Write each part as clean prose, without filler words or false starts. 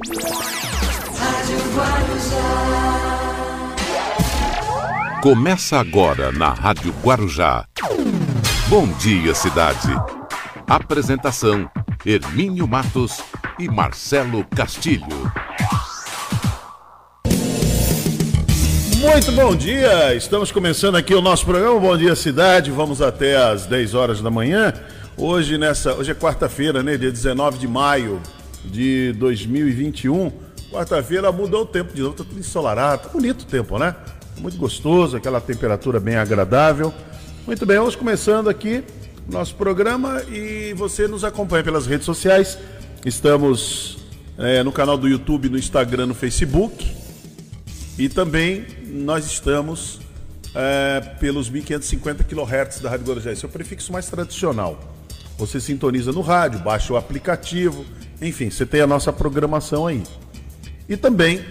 Rádio Guarujá. Começa agora na Rádio Guarujá. Bom dia, cidade. Apresentação: Hermínio Matos e Marcelo Castilho. Muito bom dia, estamos começando aqui o nosso programa Bom Dia Cidade, vamos até às 10 horas da manhã. Hoje é quarta-feira, né, dia 19 de maio de 2021. Quarta-feira mudou o tempo de novo, tá tudo ensolarado, tá bonito o tempo, né? Muito gostoso, aquela temperatura bem agradável. Muito bem, vamos começando aqui o nosso programa e você nos acompanha pelas redes sociais. Estamos no canal do YouTube, no Instagram, no Facebook. E também nós estamos pelos 1550 kHz da Rádio Guarujá. Esse é o prefixo mais tradicional. Você sintoniza no rádio, baixa o aplicativo, enfim, você tem a nossa programação aí. E também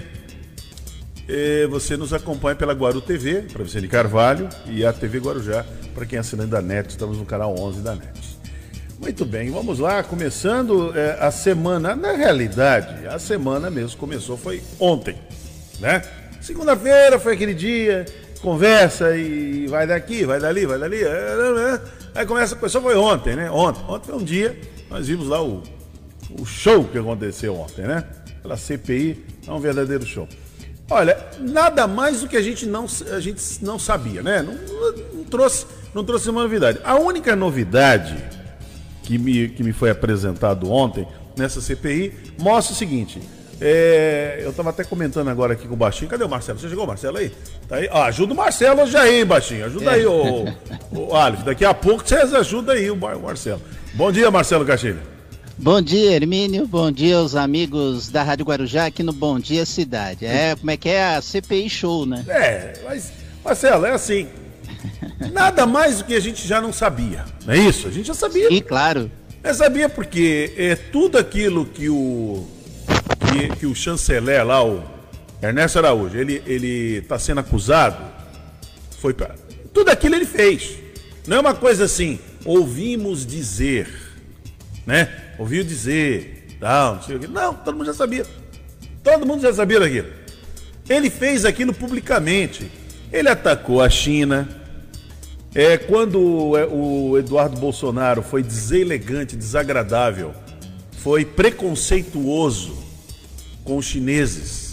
você nos acompanha pela Guaru TV, para Vicente Carvalho, e a TV Guarujá, para quem é assinante da NET, estamos no canal 11 da NET. Muito bem, vamos lá, começando a semana. Na realidade, a semana mesmo começou, foi ontem, né? Segunda-feira foi aquele dia, conversa e vai daqui, vai dali, vai dali. Aí começou foi ontem, né? Ontem foi um dia, nós vimos lá o show que aconteceu ontem, né? Pela CPI, é um verdadeiro show. Olha, nada mais do que a gente não sabia, né? Não trouxe uma novidade. A única novidade que me foi apresentado ontem nessa CPI mostra o seguinte. Eu estava até comentando agora aqui com o Baixinho. Cadê o Marcelo? Você chegou, Marcelo, aí? Tá aí? Ajuda o Marcelo hoje aí, Baixinho. Ajuda aí, o Aleph. Daqui a pouco vocês ajudam aí o Marcelo. Bom dia, Marcelo Castilho. Bom dia, Hermínio. Bom dia aos amigos da Rádio Guarujá aqui no Bom Dia Cidade. Como é que é a CPI Show, né? Mas, Marcelo, é assim. Nada mais do que a gente já não sabia. Não é isso? A gente já sabia. Sim, claro. Eu sabia porque tudo aquilo que o chanceler lá, o Ernesto Araújo, ele está sendo acusado, tudo aquilo ele fez. Não é uma coisa assim, ouvimos dizer, né? Ouviu dizer, não sei o quê. Não, todo mundo já sabia. Todo mundo já sabia daquilo. Ele fez aquilo publicamente. Ele atacou a China. Quando o Eduardo Bolsonaro foi deselegante, desagradável, foi preconceituoso com os chineses,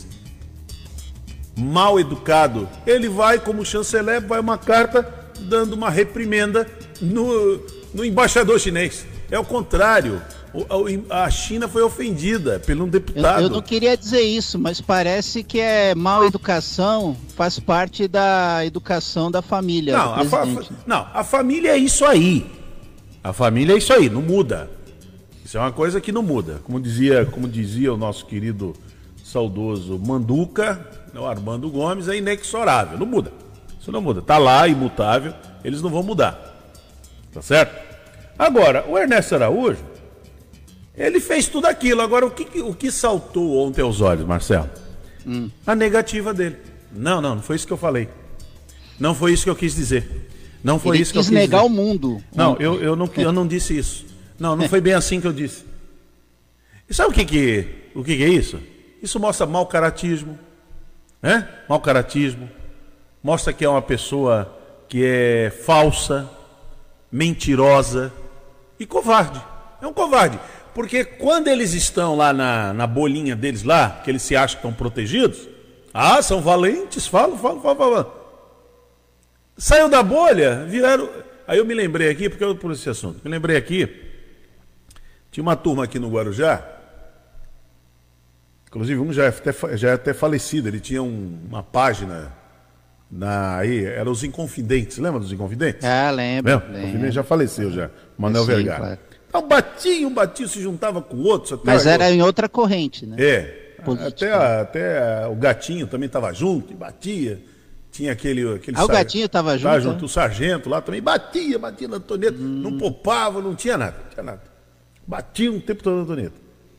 mal educado, ele vai, como chanceler, vai uma carta dando uma reprimenda no embaixador chinês. É o contrário, a China foi ofendida por um deputado. Eu não queria dizer isso, mas parece que mal educação faz parte da educação da família. Não, a família é isso aí. A família é isso aí, não muda. Isso é uma coisa que não muda. Como dizia o nosso querido saudoso Manduca, o Armando Gomes, é inexorável. Não muda. Isso não muda. Tá lá, imutável. Eles não vão mudar. Tá certo? Agora, o Ernesto Araújo, ele fez tudo aquilo. Agora, o que saltou ontem aos olhos, Marcelo? A negativa dele. Não foi isso que eu falei. Não foi isso que eu quis dizer. Não foi isso que eu quis dizer. Ele quis negar o mundo. Não, eu não disse isso. Não foi bem assim que eu disse. E sabe o que é isso? Isso mostra mau caratismo, né? Mau caratismo. Mostra que é uma pessoa que é falsa, mentirosa e covarde. É um covarde. Porque quando eles estão lá na bolinha deles lá, que eles se acham que estão protegidos, são valentes, falam. Saiu da bolha, viraram... Aí eu me lembrei aqui, porque eu por esse assunto, tinha uma turma aqui no Guarujá, inclusive um já é até falecido, ele tinha uma página aí, era os Inconfidentes, lembra dos Inconfidentes? Lembro. O Inconfidente já faleceu já, Manuel Vergara. Claro. Então batiam, se juntava com outros. Mas era em outra corrente, né? Até o Gatinho também estava junto e batia. Tinha aquele o Gatinho estava junto? Né? O sargento lá também batia na Antonieta, não poupava, não tinha nada. Batia o tempo todo na Antonieta.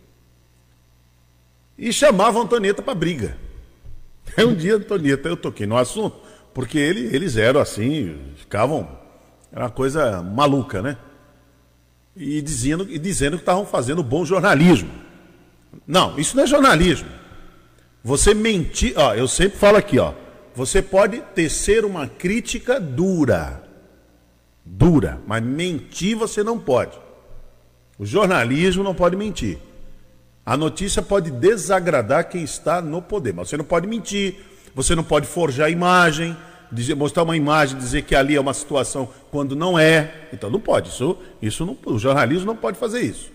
E chamavam a Antonieta para briga. Aí um dia, Antonieta, eu toquei no assunto, porque eles eram assim, ficavam... Era uma coisa maluca, né? E dizendo que estavam fazendo bom jornalismo. Não, isso não é jornalismo. Você mentir, ó, eu sempre falo aqui, ó, você pode tecer uma crítica dura, mas mentir você não pode. O jornalismo não pode mentir. A notícia pode desagradar quem está no poder, mas você não pode mentir, você não pode forjar imagem, mostrar uma imagem, dizer que ali é uma situação quando não é. Então não pode, isso não, o jornalismo não pode fazer isso.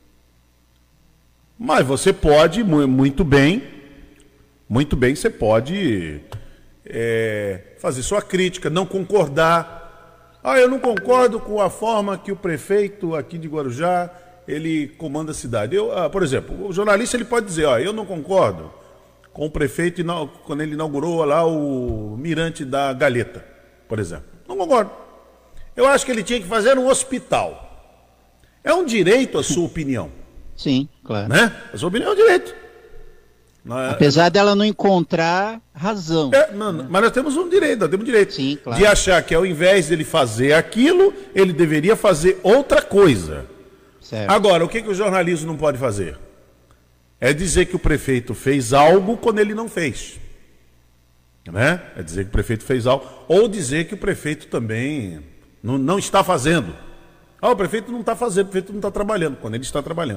Mas você pode, muito bem, você pode fazer sua crítica, não concordar. Eu não concordo com a forma que o prefeito aqui de Guarujá, ele comanda a cidade. Por exemplo, o jornalista ele pode dizer, eu não concordo com o prefeito quando ele inaugurou lá o Mirante da Galheta, por exemplo. Não concordo. Eu acho que ele tinha que fazer um hospital. É um direito a sua opinião. Sim, claro. Né? A sua opinião é um direito. Apesar dela não encontrar razão. Mas nós temos um direito, Sim, claro. De achar que ao invés dele fazer aquilo, ele deveria fazer outra coisa. Certo. Agora, o que o jornalismo não pode fazer? É dizer que o prefeito fez algo quando ele não fez. Né? É dizer que o prefeito fez algo, ou dizer que o prefeito também não está fazendo. O prefeito não está fazendo, o prefeito não está trabalhando, quando ele está trabalhando.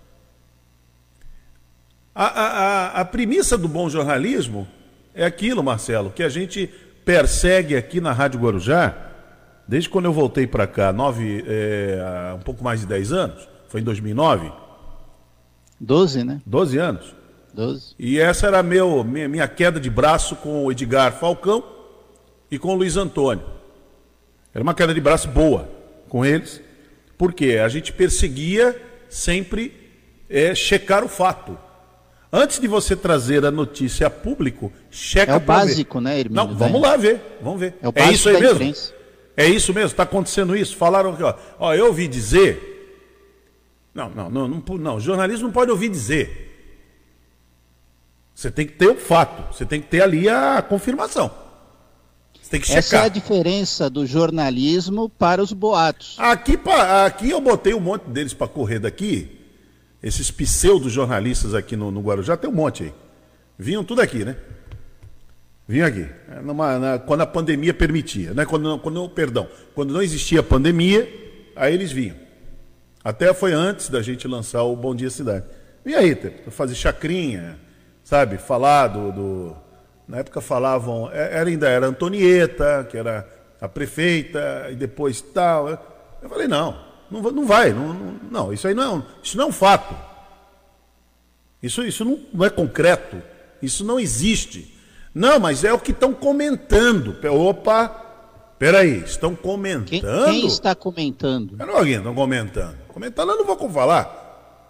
A premissa do bom jornalismo é aquilo, Marcelo, que a gente persegue aqui na Rádio Guarujá, desde quando eu voltei para cá, um pouco mais de 10 anos, foi em 2009. 12, né? 12 anos. 12. E essa era minha queda de braço com o Edgar Falcão e com o Luiz Antônio. Era uma queda de braço boa com eles, porque a gente perseguia sempre checar o fato. Antes de você trazer a notícia a público, checa. É o básico, né, Hermínio? Não, vamos lá ver, vamos ver. É o básico isso aí da mesmo? imprensa. É isso mesmo? Está acontecendo isso? Falaram aqui, ó, eu ouvi dizer. Não, jornalismo não pode ouvir dizer. Você tem que ter o fato, você tem que ter ali a confirmação. Você tem que checar. Essa é a diferença do jornalismo para os boatos. Aqui eu botei um monte deles para correr daqui. Esses pseudo-jornalistas aqui no Guarujá, tem um monte aí. Vinham tudo aqui, né? Vinham aqui. Quando a pandemia permitia, né? Quando não existia pandemia, aí eles vinham. Até foi antes da gente lançar o Bom Dia Cidade. Vinha aí, fazer chacrinha, sabe? Falar na época falavam, ainda era Antonieta, que era a prefeita, e depois tal. Eu falei, não vai, isso aí isso não é um fato. Isso não é concreto, isso não existe. Não, mas é o que estão comentando. Opa, peraí, estão comentando? Quem está comentando? Alguém estão comentando. Comentando eu não vou falar.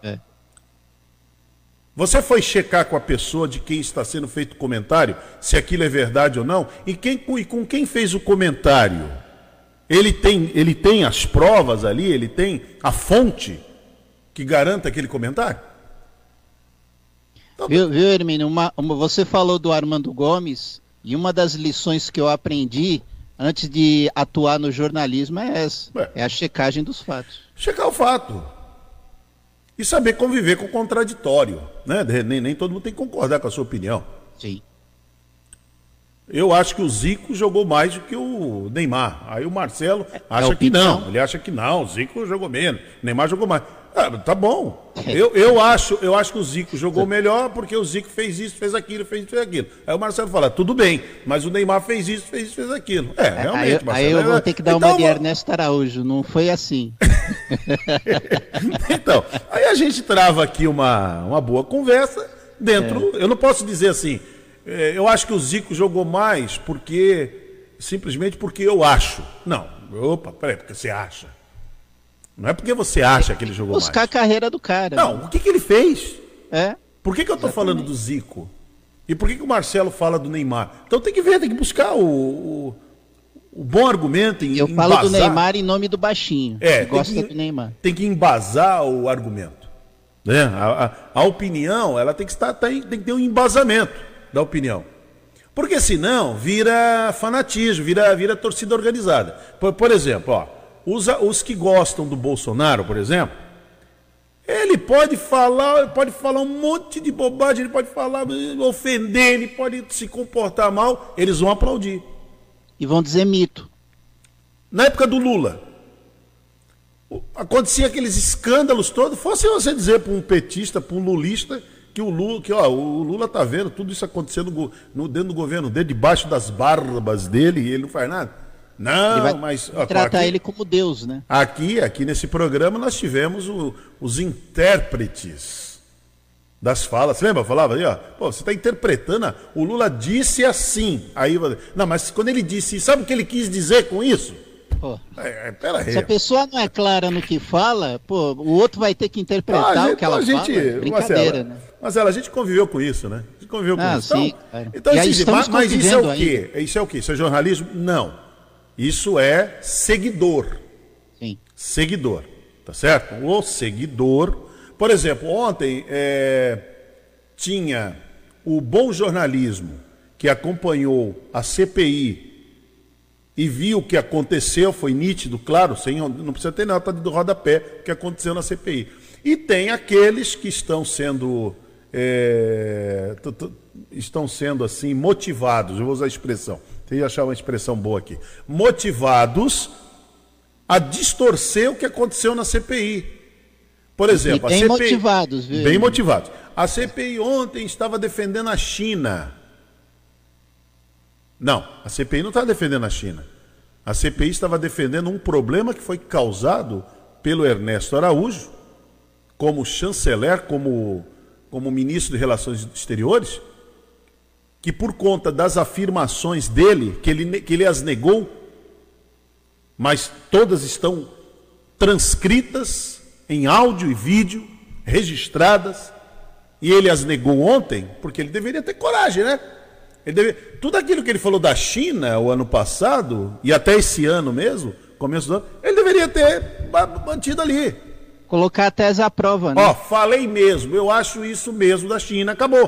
Você foi checar com a pessoa de quem está sendo feito o comentário, se aquilo é verdade ou não, e com quem fez o comentário? Ele tem as provas ali, ele tem a fonte que garanta aquele comentário? Então, viu, Hermínio? Você falou do Armando Gomes, e uma das lições que eu aprendi antes de atuar no jornalismo é essa. É a checagem dos fatos. Checar o fato. E saber conviver com o contraditório. Né? Nem todo mundo tem que concordar com a sua opinião. Sim. Eu acho que o Zico jogou mais do que o Neymar. Aí o Marcelo acha que não. Ele acha que não, o Zico jogou menos, o Neymar jogou mais. Tá bom. Eu acho que o Zico jogou melhor porque o Zico fez isso, fez aquilo, fez aquilo. Aí o Marcelo fala, tudo bem, mas o Neymar fez isso, fez aquilo. Realmente, Marcelo. Aí eu vou ter que dar uma de Ernesto Araújo, não foi assim. Então, aí a gente trava aqui uma boa conversa dentro. Eu não posso dizer assim, eu acho que o Zico jogou mais simplesmente porque eu acho. Não, peraí, porque você acha. Não é porque você acha que ele jogou mais. Buscar a carreira do cara. Não, o que ele fez? Por que eu estou Exatamente. falando do Zico? E por que o Marcelo fala do Neymar? Então tem que ver, tem que buscar o bom argumento. Eu falo do Neymar em nome do baixinho. Que gosta do Neymar. Tem que embasar o argumento. Né? A opinião, ela tem que ter um embasamento da opinião. Porque senão vira fanatismo, vira torcida organizada. Por exemplo, os que gostam do Bolsonaro, por exemplo, Ele pode falar um monte de bobagem, ele pode falar, ofender, ele pode se comportar mal, eles vão aplaudir. E vão dizer mito. Na época do Lula, acontecia aqueles escândalos todos. Fosse você dizer para um petista, para um lulista, que o Lula tá vendo tudo isso acontecendo dentro do governo dele, debaixo das barbas dele, e ele não faz nada. Não, ele vai mas tratar aqui, ele como Deus, né? Aqui nesse programa nós tivemos os intérpretes das falas. Você lembra? Falava aí, ó, pô, você está interpretando, o Lula disse assim. Aí, não, mas quando ele disse, sabe o que ele quis dizer com isso? Pera aí. Se a pessoa não é clara no que fala, pô, o outro vai ter que interpretar o que ela fala. Brincadeira, né? Marcelo, a gente conviveu com isso, né? A gente conviveu com isso. Sim, então assim, mas isso é o quê? Isso é o quê? Isso é jornalismo? Não. Isso é seguidor. Sim. Seguidor, tá certo? O seguidor. Por exemplo, ontem tinha o bom jornalismo que acompanhou a CPI e viu o que aconteceu, foi nítido, claro, não precisa ter nota do rodapé o que aconteceu na CPI. E tem aqueles que estão sendo assim motivados, eu vou usar a expressão, tem que achar uma expressão boa aqui, motivados a distorcer o que aconteceu na CPI. Por exemplo, bem a CPI, motivados, viu? Bem motivados. A CPI ontem estava defendendo a China. Não, a CPI não estava defendendo a China. A CPI estava defendendo um problema que foi causado pelo Ernesto Araújo, como chanceler, como ministro de Relações Exteriores, que por conta das afirmações dele, que ele as negou, mas todas estão transcritas em áudio e vídeo, registradas, e ele as negou ontem, porque ele deveria ter coragem, né? Tudo aquilo que ele falou da China o ano passado, e até esse ano mesmo, começo do ano, ele deveria ter mantido ali. Colocar a tese à prova, né? Ó, falei mesmo, eu acho isso mesmo da China, acabou.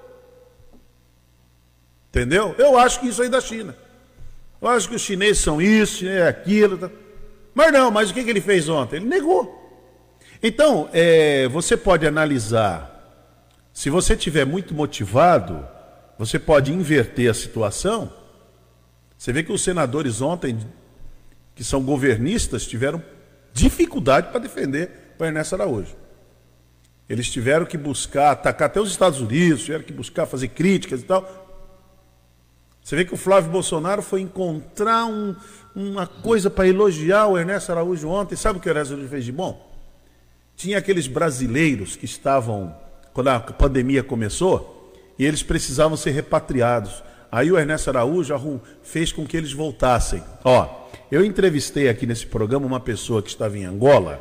Entendeu? Eu acho que isso aí da China. Eu acho que os chineses são isso, é aquilo. Tá. Mas o que ele fez ontem? Ele negou. Então, você pode analisar, se você estiver muito motivado, você pode inverter a situação. Você vê que os senadores ontem, que são governistas, tiveram dificuldade para defender o Ernesto Araújo. Eles tiveram que buscar, atacar até os Estados Unidos, tiveram que buscar fazer críticas e tal. Você vê que o Flávio Bolsonaro foi encontrar uma coisa para elogiar o Ernesto Araújo ontem. Sabe o que o Ernesto Araújo fez de bom? Tinha aqueles brasileiros que estavam, quando a pandemia começou, e eles precisavam ser repatriados. Aí o Ernesto Araújo fez com que eles voltassem. Ó, eu entrevistei aqui nesse programa uma pessoa que estava em Angola,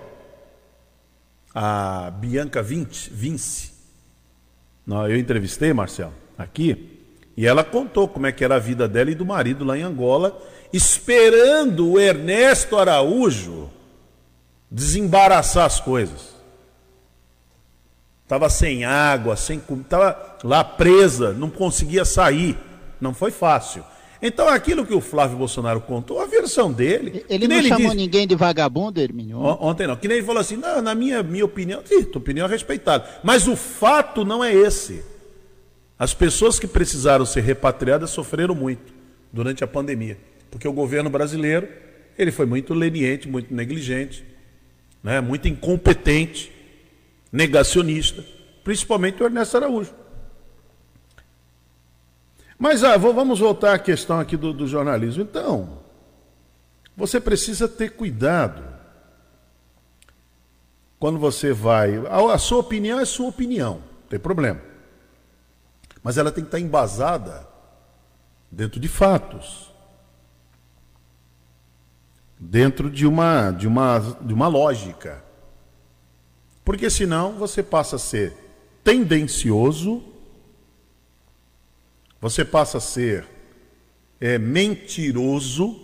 a Bianca Vince. Eu entrevistei, Marcelo, aqui, e ela contou como é que era a vida dela e do marido lá em Angola, esperando o Ernesto Araújo desembaraçar as coisas. Estava sem água, estava lá presa, não conseguia sair. Não foi fácil. Então, aquilo que o Flávio Bolsonaro contou, a versão dele... Ele não chamou ninguém de vagabundo, Hermínio? Ontem não. Que nem ele falou assim, não, na minha opinião... Sim, tua opinião é respeitada. Mas o fato não é esse. As pessoas que precisaram ser repatriadas sofreram muito durante a pandemia. Porque o governo brasileiro, ele foi muito leniente, muito negligente, né, muito incompetente, negacionista, principalmente o Ernesto Araújo. Mas vamos voltar à questão aqui do jornalismo. Então, você precisa ter cuidado quando você vai... A sua opinião é sua opinião, não tem problema. Mas ela tem que estar embasada dentro de fatos, dentro de uma lógica. Porque senão você passa a ser tendencioso, você passa a ser mentiroso,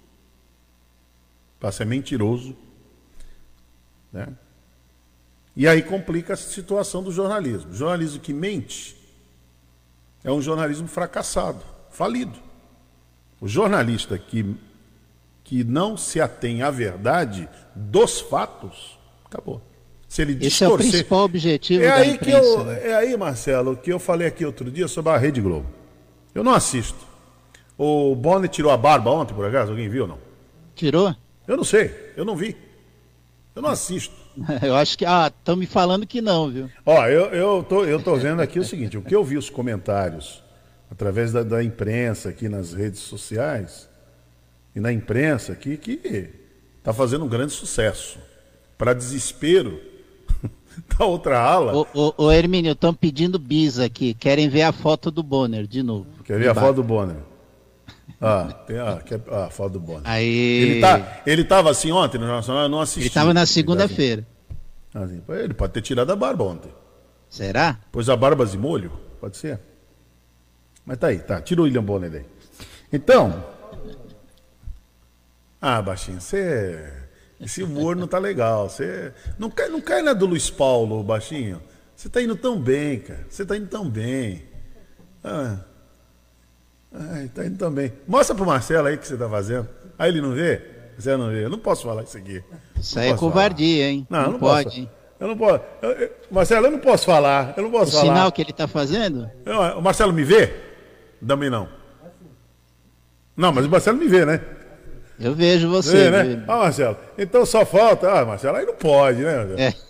né? E aí complica a situação do jornalismo. O jornalismo que mente é um jornalismo fracassado, falido. O jornalista que não se atém à verdade dos fatos, acabou. Se ele Esse é o distorcer... principal objetivo da aí imprensa, né? É aí, Marcelo, que eu falei aqui outro dia sobre a Rede Globo. Eu não assisto. O Bonner tirou a barba ontem, por acaso? Alguém viu ou não? Tirou? Eu não sei, eu não vi. Eu não assisto. Eu acho que... estão me falando que não, viu? Ó, eu tô vendo aqui o seguinte, o que eu vi os comentários através da imprensa aqui nas redes sociais e na imprensa aqui, que tá fazendo um grande sucesso. Para desespero da outra ala. Ô Hermínio, estão pedindo bis aqui. Querem ver a foto do Bonner de novo. Quer ver a foto do Bonner? Tem a foto do Bonner. Aí... Ele tava assim ontem no Nacional, eu não assisti. Ele estava na segunda-feira. Assim, ele pode ter tirado a barba ontem. Será? Pôs a barba de molho? Pode ser. Mas tá aí, tá. Tira o William Bonner daí. Então... baixinho, esse humor não tá legal. Você não cai na do Luiz Paulo, baixinho. Você tá indo tão bem, cara. Você tá indo tão bem. Tá indo tão bem. Mostra pro Marcelo aí o que você tá fazendo. Aí ele não vê? Você não vê. Eu não posso falar isso aqui. Isso aí é covardia, hein? Não pode, posso. hein? Eu não posso. Marcelo, eu não posso falar. Eu não posso falar. O sinal que ele tá fazendo? O Marcelo me vê? Também não. Não, mas o Marcelo me vê, né? Eu vejo você. Né? Marcelo, então só falta... Marcelo, aí não pode, né?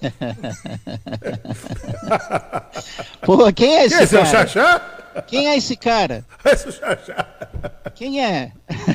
Pô, quem é esse cara? Esse é o Xaxá? Quem é esse cara? Esse é o Xaxá. Quem é?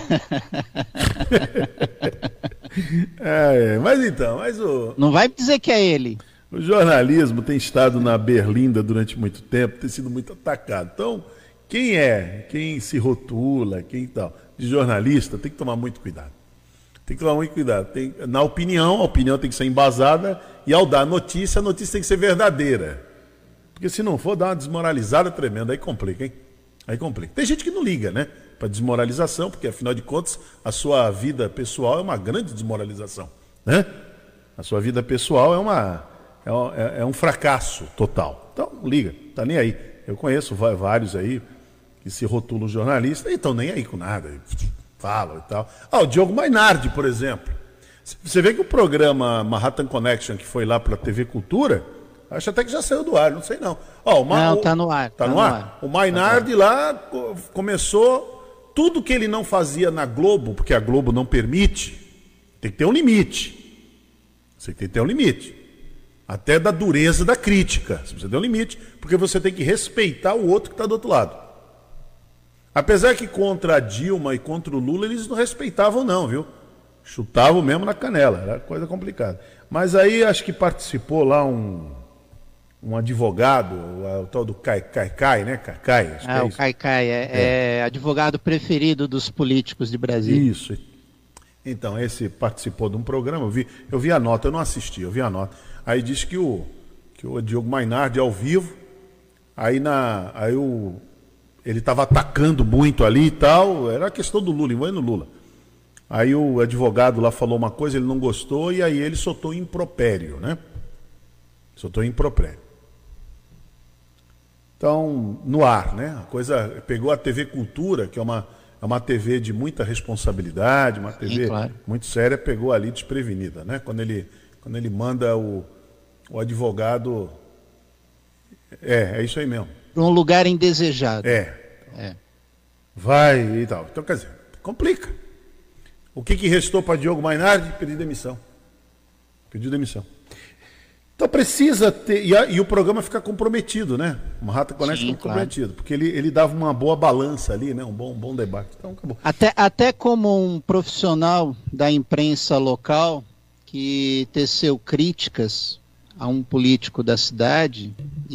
Mas o... Não vai dizer que é ele. O jornalismo tem estado na berlinda durante muito tempo, tem sido muito atacado. Então, quem se rotula, quem tal... de jornalista, tem que tomar muito cuidado. Tem que tomar muito cuidado. A opinião tem que ser embasada, e ao dar a notícia tem que ser verdadeira. Porque se não for, dá uma desmoralizada tremenda, aí complica, hein? Aí complica. Tem gente que não liga, né? Para desmoralização, porque afinal de contas, a sua vida pessoal é uma grande desmoralização, né? A sua vida pessoal é um fracasso total. Então, não liga, tá nem aí. Eu conheço vários aí que se rotulam jornalistas e estão nem aí com nada, falam e tal. O Diogo Mainardi, por exemplo. Você vê que o programa Manhattan Connection, que foi lá para a TV Cultura, acho até que já saiu do ar, não sei não. Não, tá no ar. Tá no ar? O Mainardi lá começou tudo que ele não fazia na Globo, porque a Globo não permite, tem que ter um limite. Você tem que ter um limite. Até da dureza da crítica. Você tem um limite, porque você tem que respeitar o outro que está do outro lado. Apesar que contra a Dilma e contra o Lula eles não respeitavam não, viu? Chutavam mesmo na canela, era coisa complicada. Mas aí acho que participou lá um advogado, o tal do Caicai, né? Caicai, acho que é o isso. Caicai é advogado preferido dos políticos de Brasília. Isso. Então, esse participou de um programa, eu vi a nota, eu não assisti, eu vi a nota. Aí disse que o Diogo Mainardi ao vivo, ele estava atacando muito ali e tal, era a questão do Lula, envolvendo o Lula. Aí o advogado lá falou uma coisa, ele não gostou, e aí ele soltou impropério, né? Soltou impropério. Então, no ar, né? A coisa pegou a TV Cultura, que é uma TV de muita responsabilidade, uma TV muito séria, pegou ali desprevenida, né? Quando ele manda o advogado... É isso aí mesmo. Para um lugar indesejado. Vai e tal. Então, quer dizer, complica. O que restou para Diogo Mainardi? Pedir demissão. Então precisa ter... E o programa fica comprometido, né? O Manhattan Connection fica comprometido. Porque ele dava uma boa balança ali, né? Um bom debate. Então acabou. Até como um profissional da imprensa local que teceu críticas a um político da cidade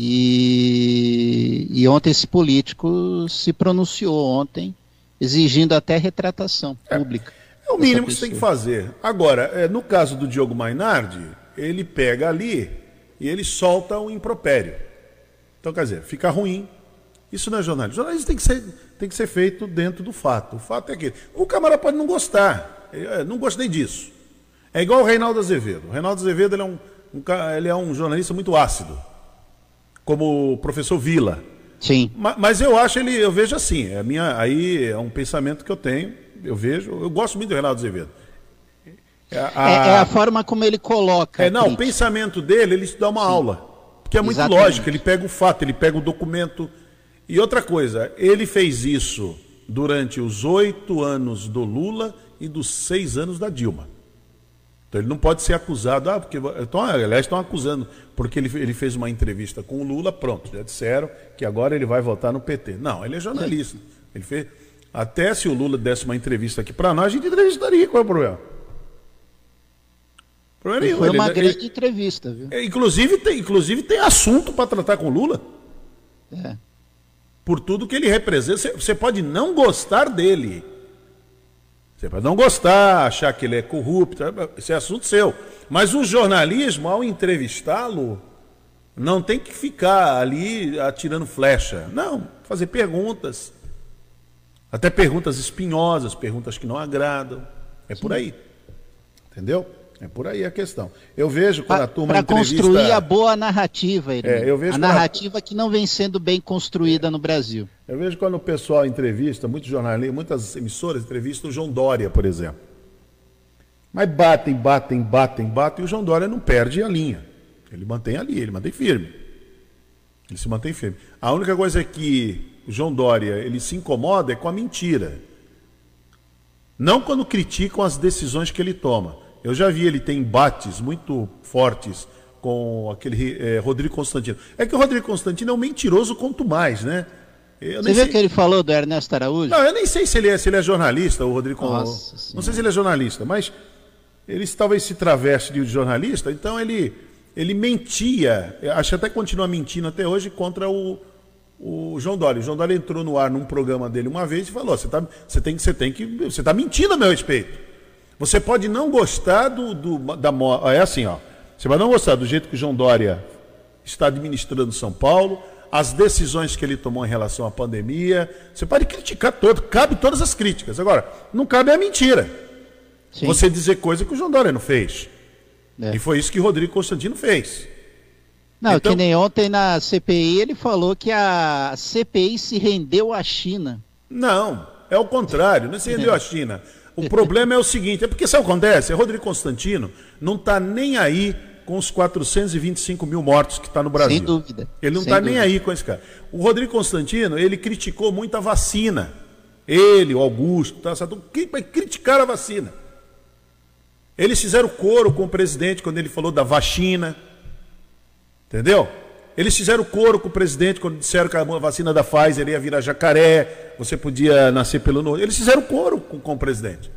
e ontem esse político se pronunciou ontem, exigindo até retratação pública. É o mínimo que você tem que fazer. Agora, no caso do Diogo Mainardi, ele pega ali e ele solta um impropério. Então, quer dizer, fica ruim. Isso não é jornalismo. Jornalismo tem que ser feito dentro do fato. O fato é que o camarada pode não gostar. Não gostei disso. É igual o Reinaldo Azevedo. O Reinaldo Azevedo ele é um jornalista muito ácido, como o professor Vila. Sim. Mas eu vejo assim, aí é um pensamento que eu tenho, eu gosto muito do Reinaldo Azevedo. É a forma como ele coloca. O pensamento dele, ele dá uma aula. Porque é muito lógico, ele pega o fato, ele pega o documento. E outra coisa, ele fez isso durante os 8 anos do Lula e dos 6 anos da Dilma. Então ele não pode ser acusado, aliás, estão acusando, porque ele fez uma entrevista com o Lula, pronto, já disseram que agora ele vai votar no PT. Não, ele é jornalista. Ele fez, até se o Lula desse uma entrevista aqui para nós, a gente entrevistaria, qual é o problema? Foi uma grande entrevista, viu? Inclusive tem assunto para tratar com o Lula. Por tudo que ele representa. Você pode não gostar dele. Você pode não gostar, achar que ele é corrupto, esse é assunto seu. Mas o jornalismo, ao entrevistá-lo, não tem que ficar ali atirando flecha. Não, fazer perguntas. Até perguntas espinhosas, perguntas que não agradam. É por aí. Entendeu? É por aí a questão. Eu vejo quando a turma entrevista... Para construir a boa narrativa, a narrativa que não vem sendo bem construída no Brasil. Eu vejo quando o pessoal entrevista, muitos jornalistas, muitas emissoras entrevistam o João Dória, por exemplo. Mas batem, e o João Dória não perde a linha. Ele mantém ali, ele mantém firme. Ele se mantém firme. A única coisa que o João Dória ele se incomoda é com a mentira. Não quando criticam as decisões que ele toma. Eu já vi ele ter embates muito fortes com aquele Rodrigo Constantino. É que o Rodrigo Constantino é um mentiroso quanto mais, né? Você viu o que ele falou do Ernesto Araújo? Não, eu nem sei se ele é jornalista, o Rodrigo Constantino. Não sei se ele é jornalista, mas ele talvez se traveste de jornalista, então ele mentia, acho que até continua mentindo até hoje contra o João Dória. O João Dória entrou no ar num programa dele uma vez e falou: você está mentindo a meu respeito. Você pode não gostar da moda. É assim, ó. Você vai não gostar do jeito que o João Dória está administrando São Paulo, as decisões que ele tomou em relação à pandemia. Você pode criticar cabe todas as críticas. Agora, não cabe a mentira. Sim. Você dizer coisa que o João Dória não fez. E foi isso que o Rodrigo Constantino fez. Não, então, que nem ontem na CPI ele falou que a CPI se rendeu à China. Não, é o contrário, não se rendeu à China. O problema é o seguinte, porque sabe o que acontece? O Rodrigo Constantino não está nem aí com os 425 mil mortos que está no Brasil. Sem dúvida. Ele não está nem aí com esse cara. O Rodrigo Constantino, ele criticou muito a vacina. Ele, o Augusto, criticaram a vacina. Eles fizeram coro com o presidente quando ele falou da vacina. Entendeu? Eles fizeram coro com o presidente quando disseram que a vacina da Pfizer ia virar jacaré, você podia nascer pelo novo. Eles fizeram coro com o presidente.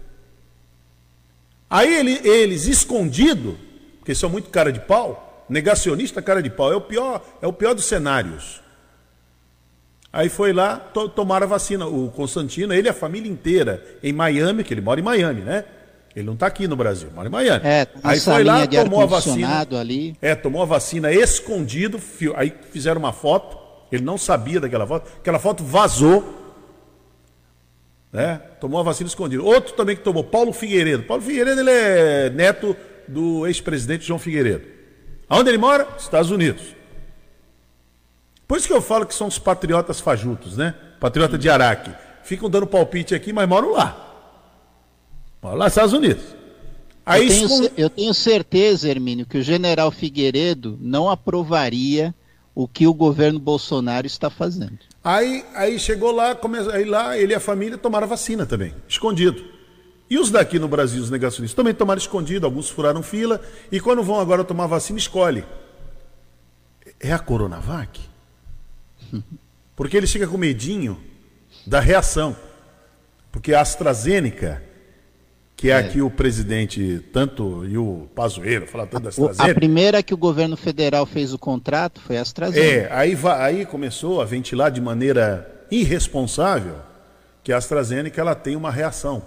Aí eles escondido, porque são muito cara de pau, negacionista cara de pau, é o pior dos cenários. Aí foi lá, tomaram a vacina. O Constantino, ele e a família inteira, em Miami, que ele mora em Miami, né? Ele não está aqui no Brasil, mora em Miami. Aí foi lá, tomou a vacina. Ali. Tomou a vacina escondido, aí fizeram uma foto, ele não sabia daquela foto vazou, né? Tomou a vacina escondido. Outro também que tomou, Paulo Figueiredo. Paulo Figueiredo, ele é neto do ex-presidente João Figueiredo. Aonde ele mora? Estados Unidos. Por isso que eu falo que são os patriotas fajutos, né? Patriota de Araque. Ficam dando palpite aqui, mas moram lá. Moram lá nos Estados Unidos. Aí eu tenho certeza, Hermínio, que o general Figueiredo não aprovaria o que o governo Bolsonaro está fazendo. Aí chegou lá, aí lá ele e a família tomaram vacina também, escondido. E os daqui no Brasil, os negacionistas, também tomaram escondido, alguns furaram fila, e quando vão agora tomar vacina, escolhe. É a Coronavac? Porque eles ficam com medinho da reação. Porque a AstraZeneca, que é aqui o presidente, tanto, e o Pazuello, fala tanto da AstraZeneca. A primeira que o governo federal fez o contrato foi a AstraZeneca. Aí começou a ventilar de maneira irresponsável que a AstraZeneca ela tem uma reação.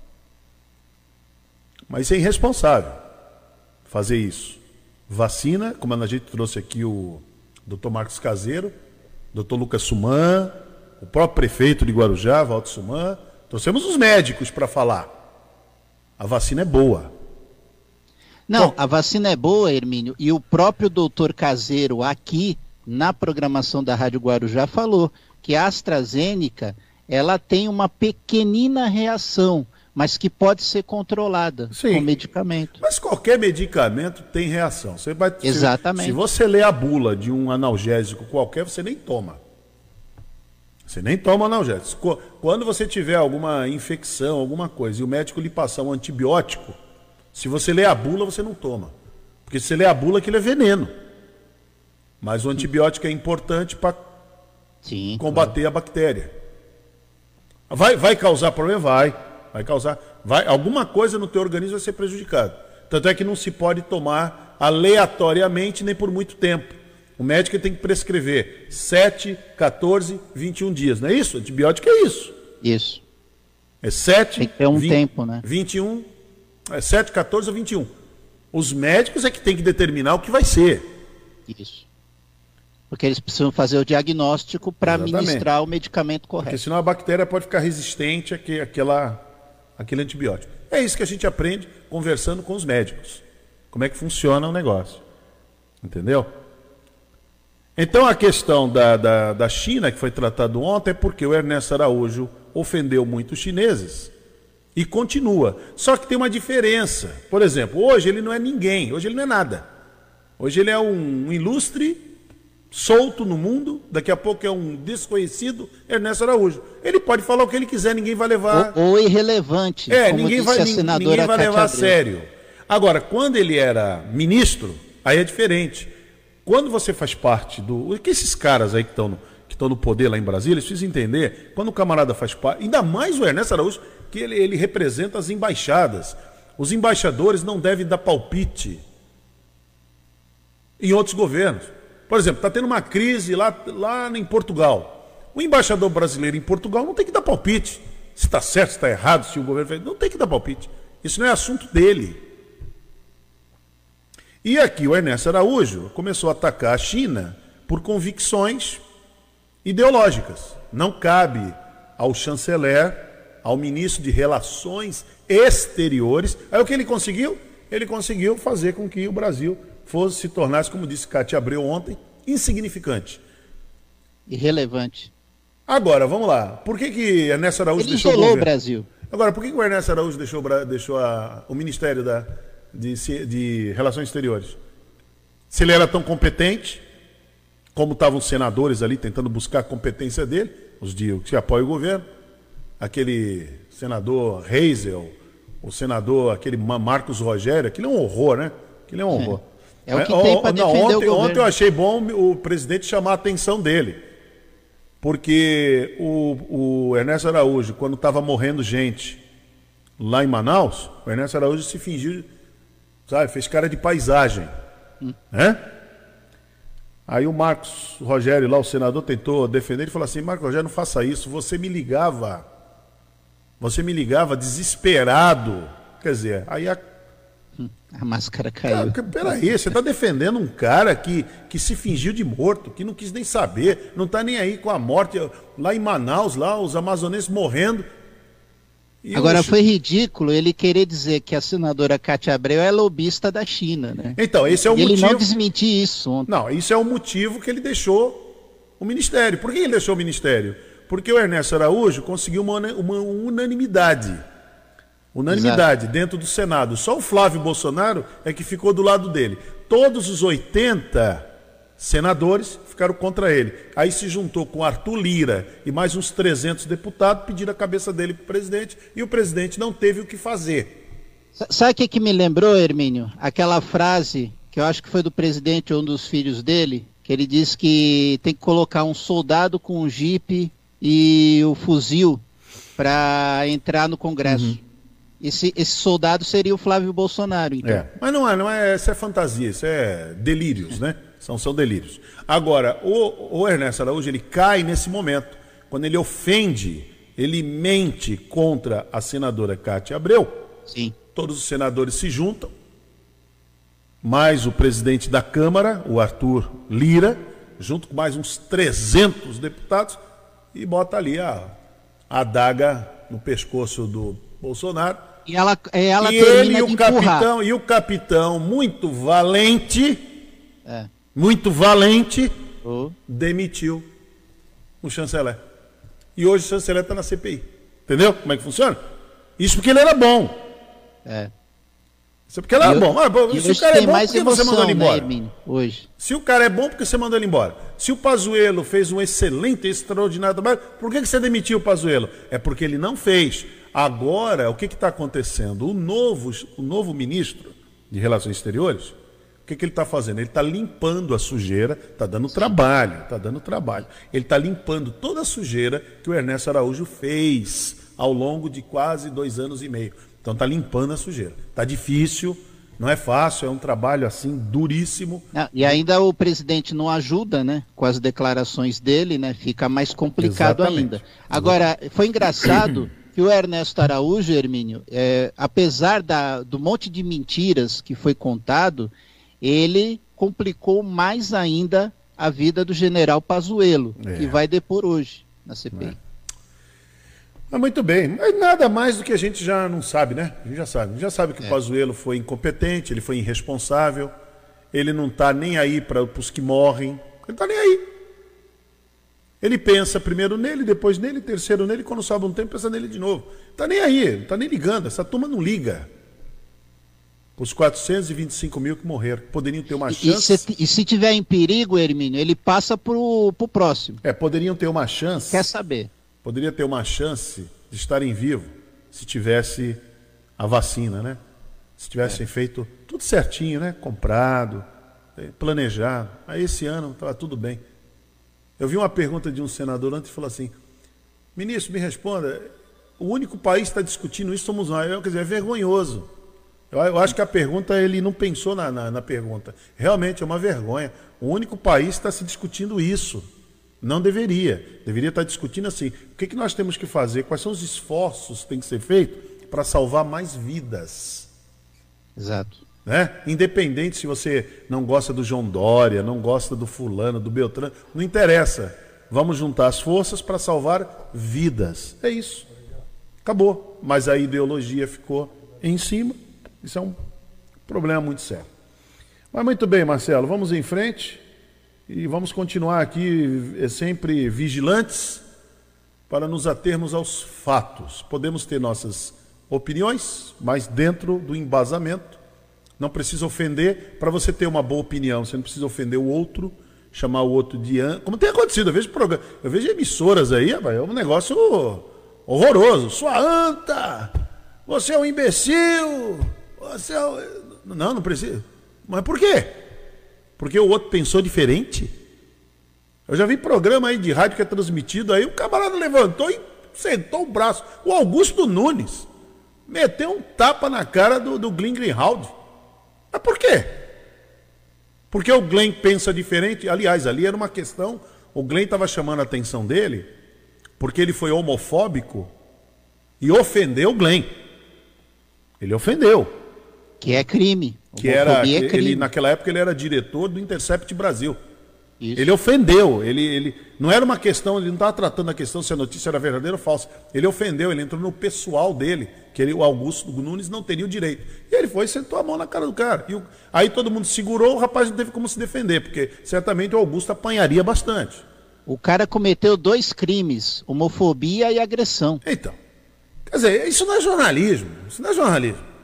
Mas é irresponsável fazer isso. Vacina, como a gente trouxe aqui o Dr. Marcos Caseiro, Dr. Lucas Suman, o próprio prefeito de Guarujá, Walter Suman, trouxemos os médicos para falar. A vacina é boa. Não, a vacina é boa, Hermínio, e o próprio doutor Caseiro aqui na programação da Rádio Guarujá falou que a AstraZeneca ela tem uma pequenina reação, mas que pode ser controlada com medicamento. Mas qualquer medicamento tem reação. Exatamente. Se você lê a bula de um analgésico qualquer, você nem toma. Você nem toma analgésico. Quando você tiver alguma infecção, alguma coisa, e o médico lhe passar um antibiótico, se você lê a bula, você não toma. Porque se você lê a bula, aquilo é veneno. Mas o antibiótico é importante para combater a bactéria. Vai causar problema? Vai causar. Alguma coisa no teu organismo vai ser prejudicado. Tanto é que não se pode tomar aleatoriamente nem por muito tempo. O médico tem que prescrever 7, 14, 21 dias. Não é isso? Antibiótico é isso. Isso. É 7, tem que ter 20, tempo, né? 21, 7, 14 ou 21. Os médicos é que tem que determinar o que vai ser. Isso. Porque eles precisam fazer o diagnóstico para ministrar o medicamento correto. Porque senão a bactéria pode ficar resistente àquele antibiótico. É isso que a gente aprende conversando com os médicos. Como é que funciona o negócio. Entendeu? Então a questão da China, que foi tratado ontem, é porque o Ernesto Araújo ofendeu muito os chineses e continua. Só que tem uma diferença. Por exemplo, hoje ele não é ninguém, hoje ele não é nada. Hoje ele é um ilustre solto no mundo, daqui a pouco é um desconhecido Ernesto Araújo. Ele pode falar o que ele quiser, ninguém vai levar... Ou irrelevante, ninguém vai levar a sério. Agora, quando ele era ministro, aí é diferente. Quando você faz parte do... que esses caras aí que estão no poder lá em Brasília, eles precisam entender, quando o camarada faz parte, ainda mais o Ernesto Araújo, que ele representa as embaixadas. Os embaixadores não devem dar palpite em outros governos. Por exemplo, está tendo uma crise lá em Portugal. O embaixador brasileiro em Portugal não tem que dar palpite. Se está certo, se está errado, se o governo fez... Não tem que dar palpite. Isso não é assunto dele. E aqui o Ernesto Araújo começou a atacar a China por convicções ideológicas. Não cabe ao chanceler, ao ministro de Relações Exteriores. Aí o que ele conseguiu? Ele conseguiu fazer com que o Brasil se tornasse, como disse Cátia Abreu ontem, insignificante. Irrelevante. Agora, vamos lá. Por que Ernesto Araújo deixou o Brasil? Agora, por que o Ernesto Araújo deixou o Ministério de Relações Exteriores? Se ele era tão competente, como estavam os senadores ali tentando buscar a competência dele, os que apoiam o governo, aquele senador Reisel, o senador, aquele Marcos Rogério, aquilo é um horror, né? Aquilo é um horror. É o que tem para defender o governo. Ontem eu achei bom o presidente chamar a atenção dele. Porque o Ernesto Araújo, quando estava morrendo gente lá em Manaus, o Ernesto Araújo se fingiu, sabe, fez cara de paisagem. Né? Aí o Marcos Rogério, lá o senador, tentou defender, ele falou assim: Marcos Rogério, não faça isso, você me ligava desesperado. Quer dizer, aí a máscara caiu. Peraí, você está defendendo um cara que se fingiu de morto, que não quis nem saber, não está nem aí com a morte. Lá em Manaus, lá os amazonenses morrendo. Agora foi ridículo ele querer dizer que a senadora Cátia Abreu é lobista da China, né? Então, esse é o motivo... Ele não desmentiu isso ontem. Não, isso é o motivo que ele deixou o ministério. Por que ele deixou o ministério? Porque o Ernesto Araújo conseguiu uma unanimidade. Unanimidade dentro do Senado. Só o Flávio Bolsonaro é que ficou do lado dele. Todos os 80 senadores ficaram contra ele. Aí se juntou com Arthur Lira e mais uns 300 deputados, pediram a cabeça dele para o presidente, e o presidente não teve o que fazer. Sabe o que me lembrou, Hermínio? Aquela frase que eu acho que foi do presidente ou um dos filhos dele, que ele disse que tem que colocar um soldado com um jipe e o fuzil para entrar no Congresso. Esse soldado seria o Flávio Bolsonaro, então. Mas não é, isso é fantasia, isso é delírios, né? São delírios. Agora, o Ernesto Araújo, ele cai nesse momento, quando ele ofende, ele mente contra a senadora Cátia Abreu. Sim. Todos os senadores se juntam, mais o presidente da Câmara, o Arthur Lira, junto com mais uns 300 deputados, e bota ali a adaga no pescoço do Bolsonaro. E ela e ele e o capitão muito valente, demitiu o chanceler. E hoje o chanceler está na CPI. Entendeu como é que funciona? Isso porque ele era bom. É. Isso porque ele era bom. Mas, se o cara é bom, por que você mandou ele embora? Né, Hermínio, hoje. Se o cara é bom, por que você mandou ele embora? Se o Pazuello fez um excelente, extraordinário trabalho, por que você demitiu o Pazuello? É porque ele não fez. Agora, o que está acontecendo? O novo ministro de Relações Exteriores, o que ele está fazendo? Ele está limpando a sujeira, está dando trabalho. Ele está limpando toda a sujeira que o Ernesto Araújo fez ao longo de quase 2 anos e meio. Então está limpando a sujeira. Está difícil, não é fácil, é um trabalho assim duríssimo. E ainda o presidente não ajuda, né? Com as declarações dele, né? Fica mais complicado ainda. Agora, foi engraçado que o Ernesto Araújo, Hermínio, apesar do monte de mentiras que foi contado, ele complicou mais ainda a vida do general Pazuello, que vai depor hoje na CPI. Mas muito bem, mas nada mais do que a gente já não sabe, né? A gente já sabe que o Pazuello foi incompetente, ele foi irresponsável, ele não está nem aí para os que morrem, ele não está nem aí. Ele pensa primeiro nele, depois nele, terceiro nele, quando sobe um tempo pensa nele de novo. Não está nem aí, não está nem ligando, essa turma não liga. Os 425 mil que morreram, poderiam ter uma chance... E se tiver em perigo, Hermínio, ele passa pro próximo. Poderiam ter uma chance... Quer saber? Poderia ter uma chance de estarem vivos se tivesse a vacina, né? Se tivessem feito tudo certinho, né? Comprado, planejado. Aí esse ano estava tudo bem. Eu vi uma pergunta de um senador antes e falou assim: ministro, me responda, o único país que está discutindo isso somos nós. Quer dizer, é vergonhoso. Eu acho que a pergunta, ele não pensou na pergunta. Realmente é uma vergonha. O único país está se discutindo isso. Não deveria. Deveria estar discutindo assim, o que nós temos que fazer, quais são os esforços que têm que ser feitos para salvar mais vidas. Exato. Né? Independente se você não gosta do João Dória, não gosta do fulano, do Beltrano, não interessa. Vamos juntar as forças para salvar vidas. É isso. Acabou. Mas a ideologia ficou em cima. Isso é um problema muito sério. Mas muito bem, Marcelo, vamos em frente. E vamos continuar aqui sempre vigilantes para nos atermos aos fatos. Podemos ter nossas opiniões, mas dentro do embasamento. Não precisa ofender. Para você ter uma boa opinião, você não precisa ofender o outro, chamar o outro de... Como tem acontecido, eu vejo emissoras aí, é um negócio horroroso. Sua anta, você é um imbecil, você é um... Não precisa. Mas por quê? Porque o outro pensou diferente? Eu já vi programa aí de rádio que é transmitido, aí o camarada levantou e sentou o braço. O Augusto Nunes meteu um tapa na cara do Glenn Greenwald. Mas por quê? Porque o Glenn pensa diferente. Aliás, ali era uma questão, o Glenn estava chamando a atenção dele, porque ele foi homofóbico e ofendeu o Glenn. Ele ofendeu. Que é crime. Que era, ele, naquela época ele era diretor do Intercept Brasil. Isso. Ele ofendeu, ele não era uma questão, ele não estava tratando a questão se a notícia era verdadeira ou falsa. Ele ofendeu, ele entrou no pessoal dele, que o Augusto Nunes não teria o direito. E ele foi e sentou a mão na cara do cara. Aí todo mundo segurou, o rapaz não teve como se defender, porque certamente o Augusto apanharia bastante. O cara cometeu 2 crimes, homofobia e agressão. Então, quer dizer, isso não é jornalismo, isso não é jornalismo.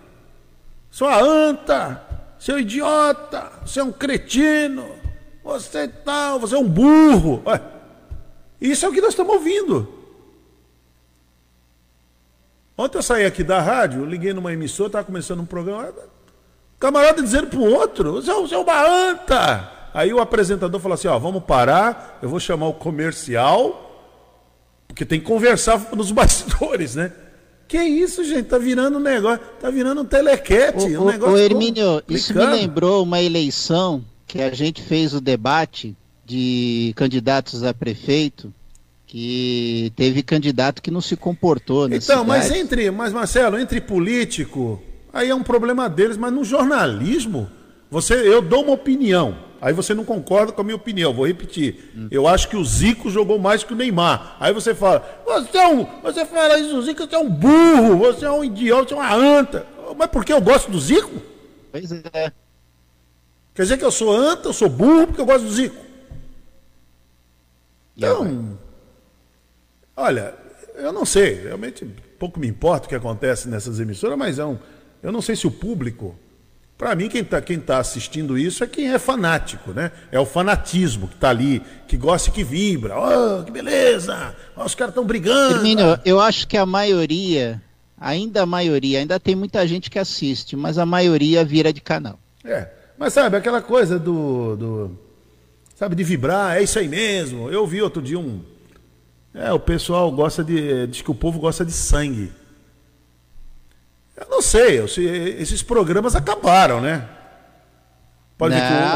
Sua anta, seu idiota, você é um cretino, você é um burro. Isso é o que nós estamos ouvindo. Ontem eu saí aqui da rádio, liguei numa emissora, estava começando um programa, camarada dizendo para o outro, você é uma anta. Aí o apresentador falou assim, vamos parar, eu vou chamar o comercial, porque tem que conversar nos bastidores, né? Que isso, gente? Tá virando um negócio, tá virando um telequete. Ô Hermínio, isso me lembrou uma eleição que a gente fez o debate de candidatos a prefeito, que teve candidato que não se comportou nessa Então, mas Marcelo, entre político, aí é um problema deles, mas no jornalismo, eu dou uma opinião. Aí você não concorda com a minha opinião, vou repetir. Eu acho que o Zico jogou mais que o Neymar. Aí você fala, você fala isso do Zico, você é um burro, você é um idiota, você é uma anta. Mas por que eu gosto do Zico? Pois é. Quer dizer que eu sou anta, eu sou burro porque eu gosto do Zico. Então, olha, eu não sei, realmente pouco me importa o que acontece nessas emissoras, mas eu não sei se o público... Para mim, quem tá assistindo isso é quem é fanático, né? É o fanatismo que tá ali, que gosta e que vibra. Oh, que beleza! Oh, os caras estão brigando. Hermínio, eu acho que a maioria, ainda tem muita gente que assiste, mas a maioria vira de canal. Mas sabe, aquela coisa sabe, de vibrar, é isso aí mesmo. Eu vi outro dia o pessoal diz que o povo gosta de sangue. Eu não sei, esses programas acabaram, né? Pode ver que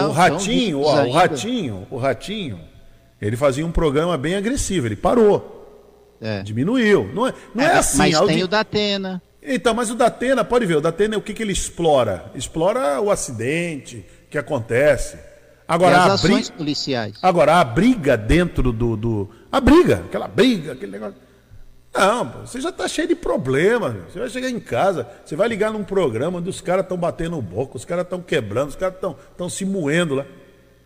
o Ratinho, ele fazia um programa bem agressivo, ele parou, diminuiu. Não é assim. Mas tem o Datena. Então, mas o Datena, pode ver, o Datena, o que ele explora? Explora o acidente que acontece. Agora, e as ações policiais. Agora, a briga dentro aquele negócio... Não, você já está cheio de problemas. Você vai chegar em casa, você vai ligar num programa onde os caras estão batendo boca, os caras estão quebrando, os caras estão se moendo lá.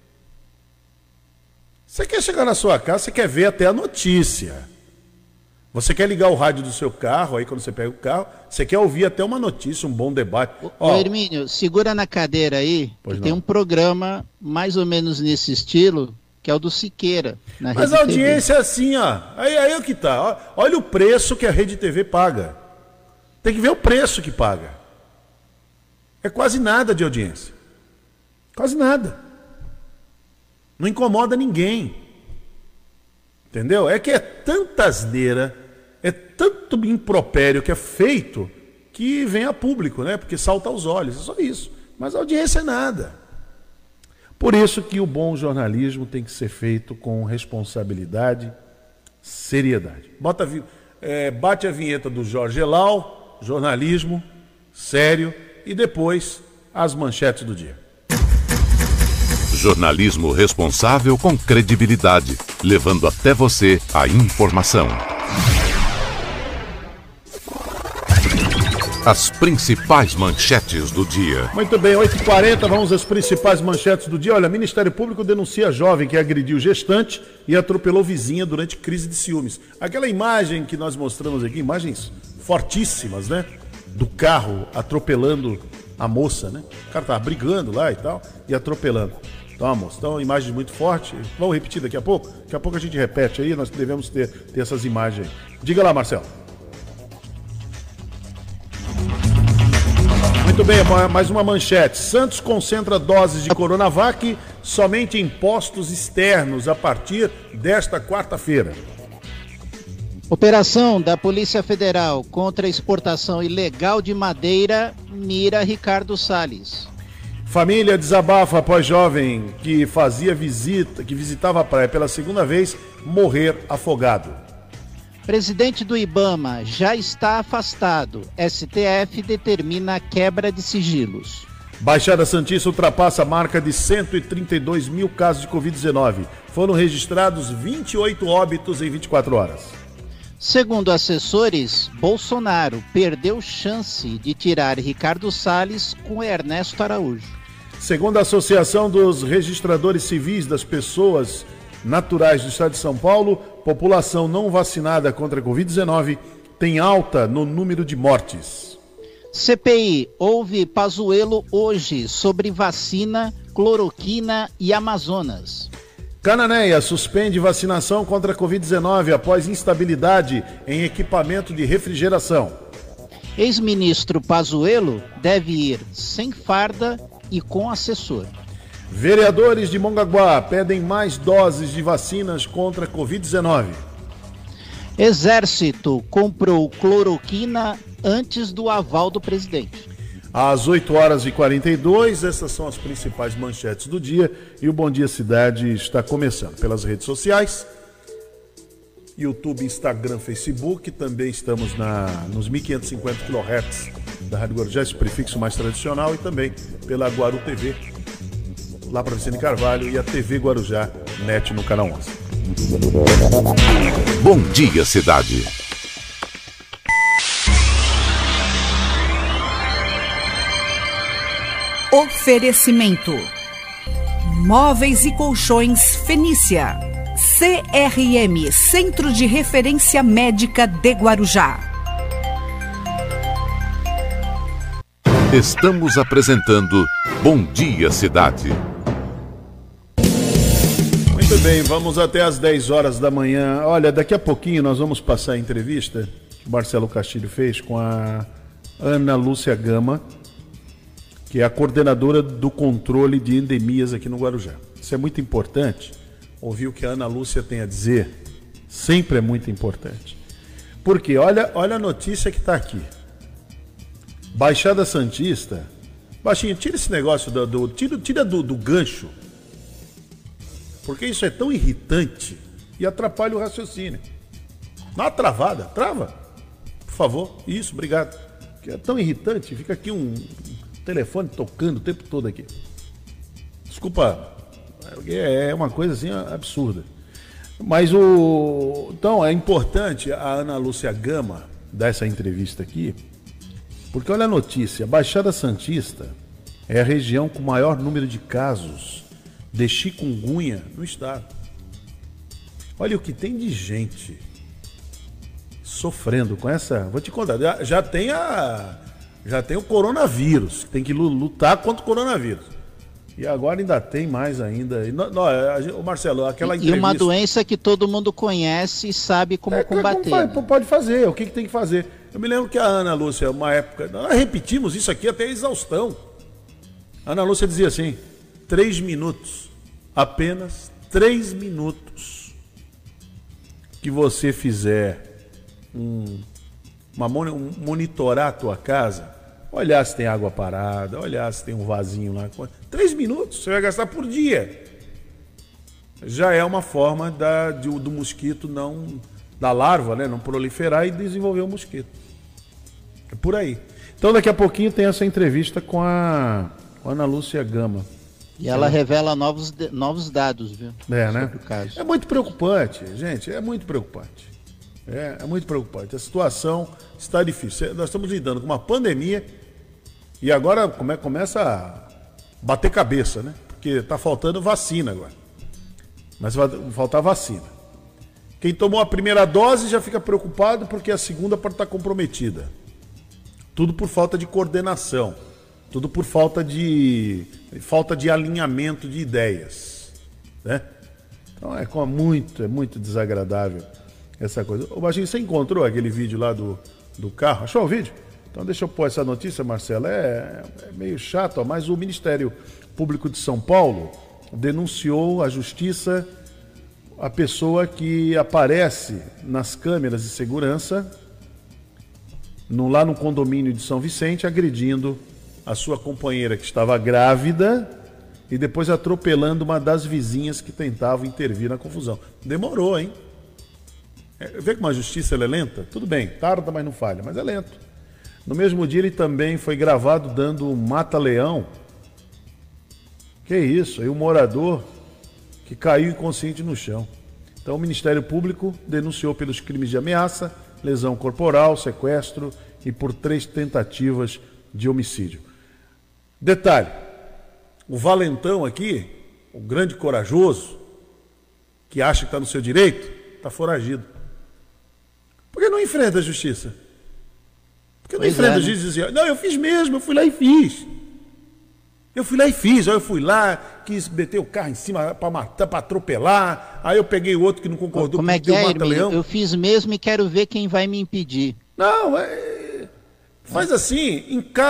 Você quer chegar na sua casa, você quer ver até a notícia. Você quer ligar o rádio do seu carro, aí quando você pega o carro, você quer ouvir até uma notícia, um bom debate. Ô Hermínio, segura na cadeira aí, que tem um programa mais ou menos nesse estilo, que é o do Siqueira. Mas a audiência é assim, ó. Aí é o que tá. Olha o preço que a Rede TV paga. Tem que ver o preço que paga. É quase nada de audiência. Quase nada. Não incomoda ninguém. Entendeu? É que é tanta asneira, é tanto impropério que é feito que vem a público, né? Porque salta aos olhos. É só isso. Mas a audiência é nada. Por isso que o bom jornalismo tem que ser feito com responsabilidade, seriedade. Bate a vinheta do Jorge Elau, jornalismo sério, e depois as manchetes do dia. Jornalismo responsável com credibilidade, levando até você a informação. As principais manchetes do dia. Muito bem, 8h40, vamos às principais manchetes do dia. Olha, Ministério Público denuncia jovem que agrediu gestante e atropelou vizinha durante crise de ciúmes. Aquela imagem que nós mostramos aqui, imagens fortíssimas, né? Do carro atropelando a moça, né? O cara tava brigando lá e tal, e atropelando. Então, moça, então, imagens muito fortes. Vamos repetir daqui a pouco? Daqui a pouco a gente repete aí, nós devemos ter essas imagens aí. Diga lá, Marcelo. Muito bem, mais uma manchete. Santos concentra doses de Coronavac somente em postos externos a partir desta quarta-feira. Operação da Polícia Federal contra a exportação ilegal de madeira mira Ricardo Salles. Família desabafa após jovem que visitava a praia pela segunda vez morrer afogado. Presidente do IBAMA já está afastado. STF determina a quebra de sigilos. Baixada Santista ultrapassa a marca de 132 mil casos de Covid-19. Foram registrados 28 óbitos em 24 horas. Segundo assessores, Bolsonaro perdeu chance de tirar Ricardo Salles com Ernesto Araújo. Segundo a Associação dos Registradores Civis das Pessoas Naturais do Estado de São Paulo, população não vacinada contra a Covid-19 tem alta no número de mortes. CPI, houve Pazuello hoje sobre vacina, cloroquina e Amazonas. Cananéia suspende vacinação contra a Covid-19 após instabilidade em equipamento de refrigeração. Ex-ministro Pazuello deve ir sem farda e com assessor. Vereadores de Mongaguá pedem mais doses de vacinas contra a Covid-19. Exército comprou cloroquina antes do aval do presidente. Às 8h42, essas são as principais manchetes do dia e o Bom Dia Cidade está começando pelas redes sociais, YouTube, Instagram, Facebook, também estamos nos 1550 kHz da Rádio Guarujá, esse prefixo mais tradicional, e também pela Guaru TV, lá para Vicente Carvalho, e a TV Guarujá NET no canal 11. Bom Dia Cidade. Oferecimento: Móveis e Colchões Fenícia. CRM, Centro de Referência Médica de Guarujá. Estamos apresentando Bom Dia Cidade. Muito bem, vamos até às 10 horas da manhã. Olha, daqui a pouquinho nós vamos passar a entrevista que o Marcelo Castilho fez com a Ana Lúcia Gama, que é a coordenadora do controle de endemias aqui no Guarujá. Isso é muito importante. Ouvir o que a Ana Lúcia tem a dizer sempre é muito importante. Porque olha a notícia que está aqui. Baixada Santista. Baixinho, tira esse negócio tira do gancho. Porque isso é tão irritante e atrapalha o raciocínio. Dá uma travada, trava. Por favor, isso, obrigado. Porque é tão irritante, fica aqui um telefone tocando o tempo todo aqui. Desculpa, é uma coisa assim absurda. Mas então é importante a Ana Lúcia Gama dar essa entrevista aqui, porque olha a notícia, Baixada Santista é a região com maior número de casos de chikungunya no estado. Olha o que tem de gente sofrendo com essa... Vou te contar, já tem o coronavírus, tem que lutar contra o coronavírus. E agora ainda tem mais ainda. O Marcelo, aquela entrevista... E uma doença que todo mundo conhece e sabe como combater. Pode fazer, o que tem que fazer. Eu me lembro que a Ana Lúcia, uma época... Nós repetimos isso aqui até a exaustão. A Ana Lúcia dizia assim, 3 minutos, apenas 3 minutos que você fizer monitorar a tua casa, olhar se tem água parada, olhar se tem um vasinho lá. 3 minutos você vai gastar por dia. Já é uma forma do mosquito da larva, né, não proliferar e desenvolver o mosquito. É por aí. Então daqui a pouquinho tem essa entrevista com a Ana Lúcia Gama. E ela revela novos dados, viu? Né? O caso. É muito preocupante, gente, é muito preocupante. É muito preocupante. A situação está difícil. Nós estamos lidando com uma pandemia e agora começa a bater cabeça, né? Porque está faltando vacina agora. Mas vai faltar vacina. Quem tomou a primeira dose já fica preocupado porque a segunda pode estar comprometida. Tudo por falta de coordenação. Tudo por falta de alinhamento de ideias, né? Então é muito desagradável essa coisa. Ô Baixinho, você encontrou aquele vídeo lá do carro? Achou o vídeo? Então deixa eu pôr essa notícia, Marcelo. É meio chato, mas o Ministério Público de São Paulo denunciou à Justiça a pessoa que aparece nas câmeras de segurança lá no condomínio de São Vicente, agredindo a sua companheira que estava grávida e depois atropelando uma das vizinhas que tentava intervir na confusão. Demorou, hein? Vê como a justiça é lenta? Tudo bem, tarda, mas não falha, mas é lento. No mesmo dia ele também foi gravado dando um mata-leão. Que isso? Aí um morador que caiu inconsciente no chão. Então o Ministério Público denunciou pelos crimes de ameaça, lesão corporal, sequestro e por 3 tentativas de homicídio. Detalhe, o valentão aqui, o grande corajoso, que acha que está no seu direito, está foragido. Por que não enfrenta a justiça? Por que não enfrenta a justiça e diz assim, não, eu fiz mesmo, eu fui lá e fiz. Eu fui lá, quis meter o carro em cima para matar, para atropelar, aí eu peguei o outro que não concordou como é que é, Hermínio? Eu fiz mesmo e quero ver quem vai me impedir. Não, faz assim,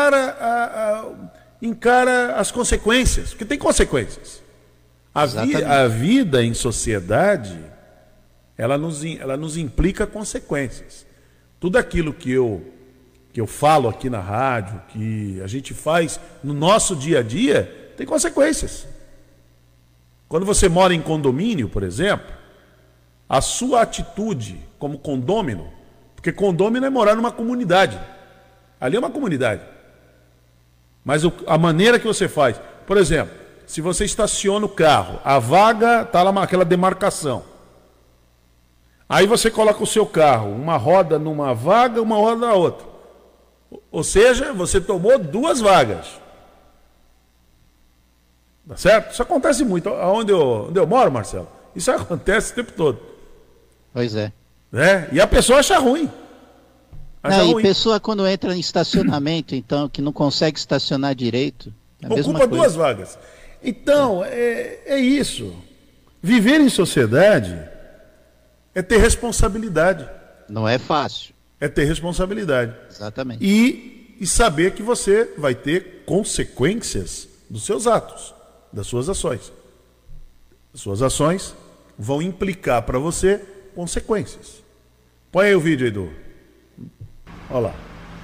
encara as consequências, porque tem consequências. A vida em sociedade, ela nos implica consequências. Tudo aquilo que eu falo aqui na rádio, que a gente faz no nosso dia a dia, tem consequências. Quando você mora em condomínio, por exemplo, a sua atitude como condômino, porque condômino é morar numa comunidade. Ali é uma comunidade. Mas a maneira que você faz, por exemplo, se você estaciona o carro, a vaga está lá naquela demarcação. Aí você coloca o seu carro, uma roda numa vaga, uma roda na outra. Ou seja, você tomou 2 vagas. Tá certo? Isso acontece muito. Onde eu moro, Marcelo, Isso acontece o tempo todo. Pois é. Né? E a pessoa acha ruim. Não, e pessoa quando entra em estacionamento, então, que não consegue estacionar direito, é a mesma ocupa coisa. 2 vagas. Então, é isso. Viver em sociedade é ter responsabilidade. Não é fácil. É ter responsabilidade. Exatamente. E saber que você vai ter consequências dos seus atos, das suas ações. As suas ações vão implicar para você consequências. Põe aí o vídeo, Edu. Olha lá.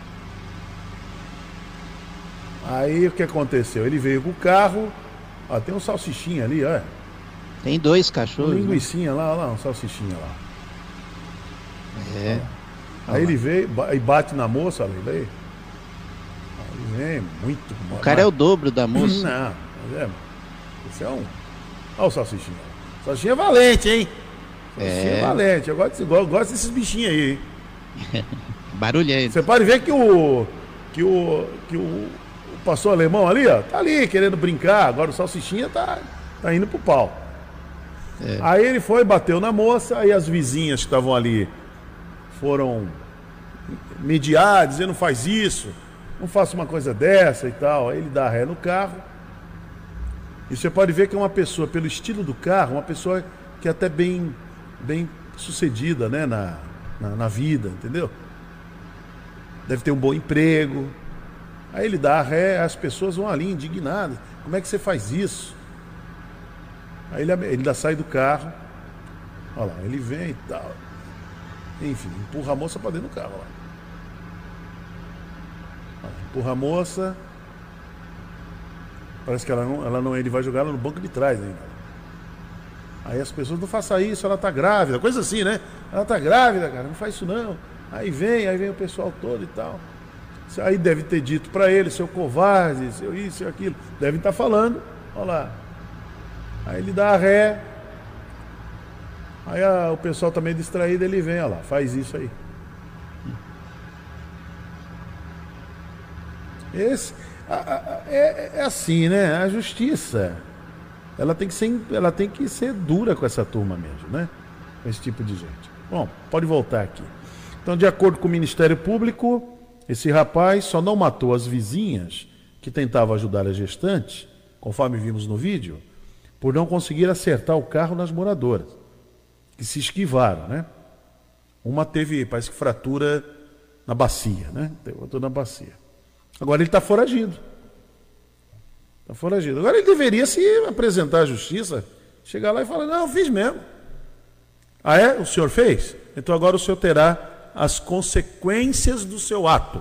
Aí o que aconteceu? Ele veio com o carro. Ó, tem um salsichinha ali, ó. Tem 2 cachorros. Uma linguicinha lá, olha lá, um salsichinha lá. É. Aí ele veio e bate na moça, olha aí. Aí vem muito. O cara é o dobro da moça. Não, mas esse é um. Olha o salsichinha. O salsichinha é valente, hein? Salsichinha é valente. Eu gosto desses bichinhos aí, hein? Barulhento. Você pode ver que o pastor alemão ali, ó, tá ali querendo brincar. Agora o salsichinha tá indo pro pau. É. Aí ele foi, bateu na moça, aí as vizinhas que estavam ali foram mediar, dizendo não faz isso, não faça uma coisa dessa e tal. Aí ele dá ré no carro. E você pode ver que é uma pessoa, pelo estilo do carro, uma pessoa que é até bem sucedida, né, na vida, entendeu? Deve ter um bom emprego. Aí ele dá ré, as pessoas vão ali indignadas. Como é que você faz isso? Aí ele ainda sai do carro. Olha lá, ele vem e tal. Enfim, empurra a moça pra dentro do carro. Olha lá, empurra a moça. Parece que ela não, ele vai jogar ela no banco de trás ainda. Aí as pessoas, não façam isso, ela tá grávida, coisa assim, né? Ela tá grávida, cara, não faz isso não. Aí vem o pessoal todo e tal. Aí deve ter dito pra ele, seu covarde, seu isso, seu aquilo. Devem estar falando, olha lá. Aí ele dá a ré. Aí o pessoal tá meio distraído, ele vem, olha lá, faz isso aí. É assim, né? A justiça, ela tem que ser dura com essa turma mesmo, né? Com esse tipo de gente. Bom, pode voltar aqui. Então, de acordo com o Ministério Público, esse rapaz só não matou as vizinhas que tentavam ajudar a gestante, conforme vimos no vídeo, por não conseguir acertar o carro nas moradoras, que se esquivaram, né? Uma teve, parece que fratura na bacia, né? Outra na bacia. Agora ele está foragido. Está foragido. Agora ele deveria se apresentar à justiça, chegar lá e falar, não, eu fiz mesmo. Ah, é? O senhor fez? Então agora o senhor terá as consequências do seu ato.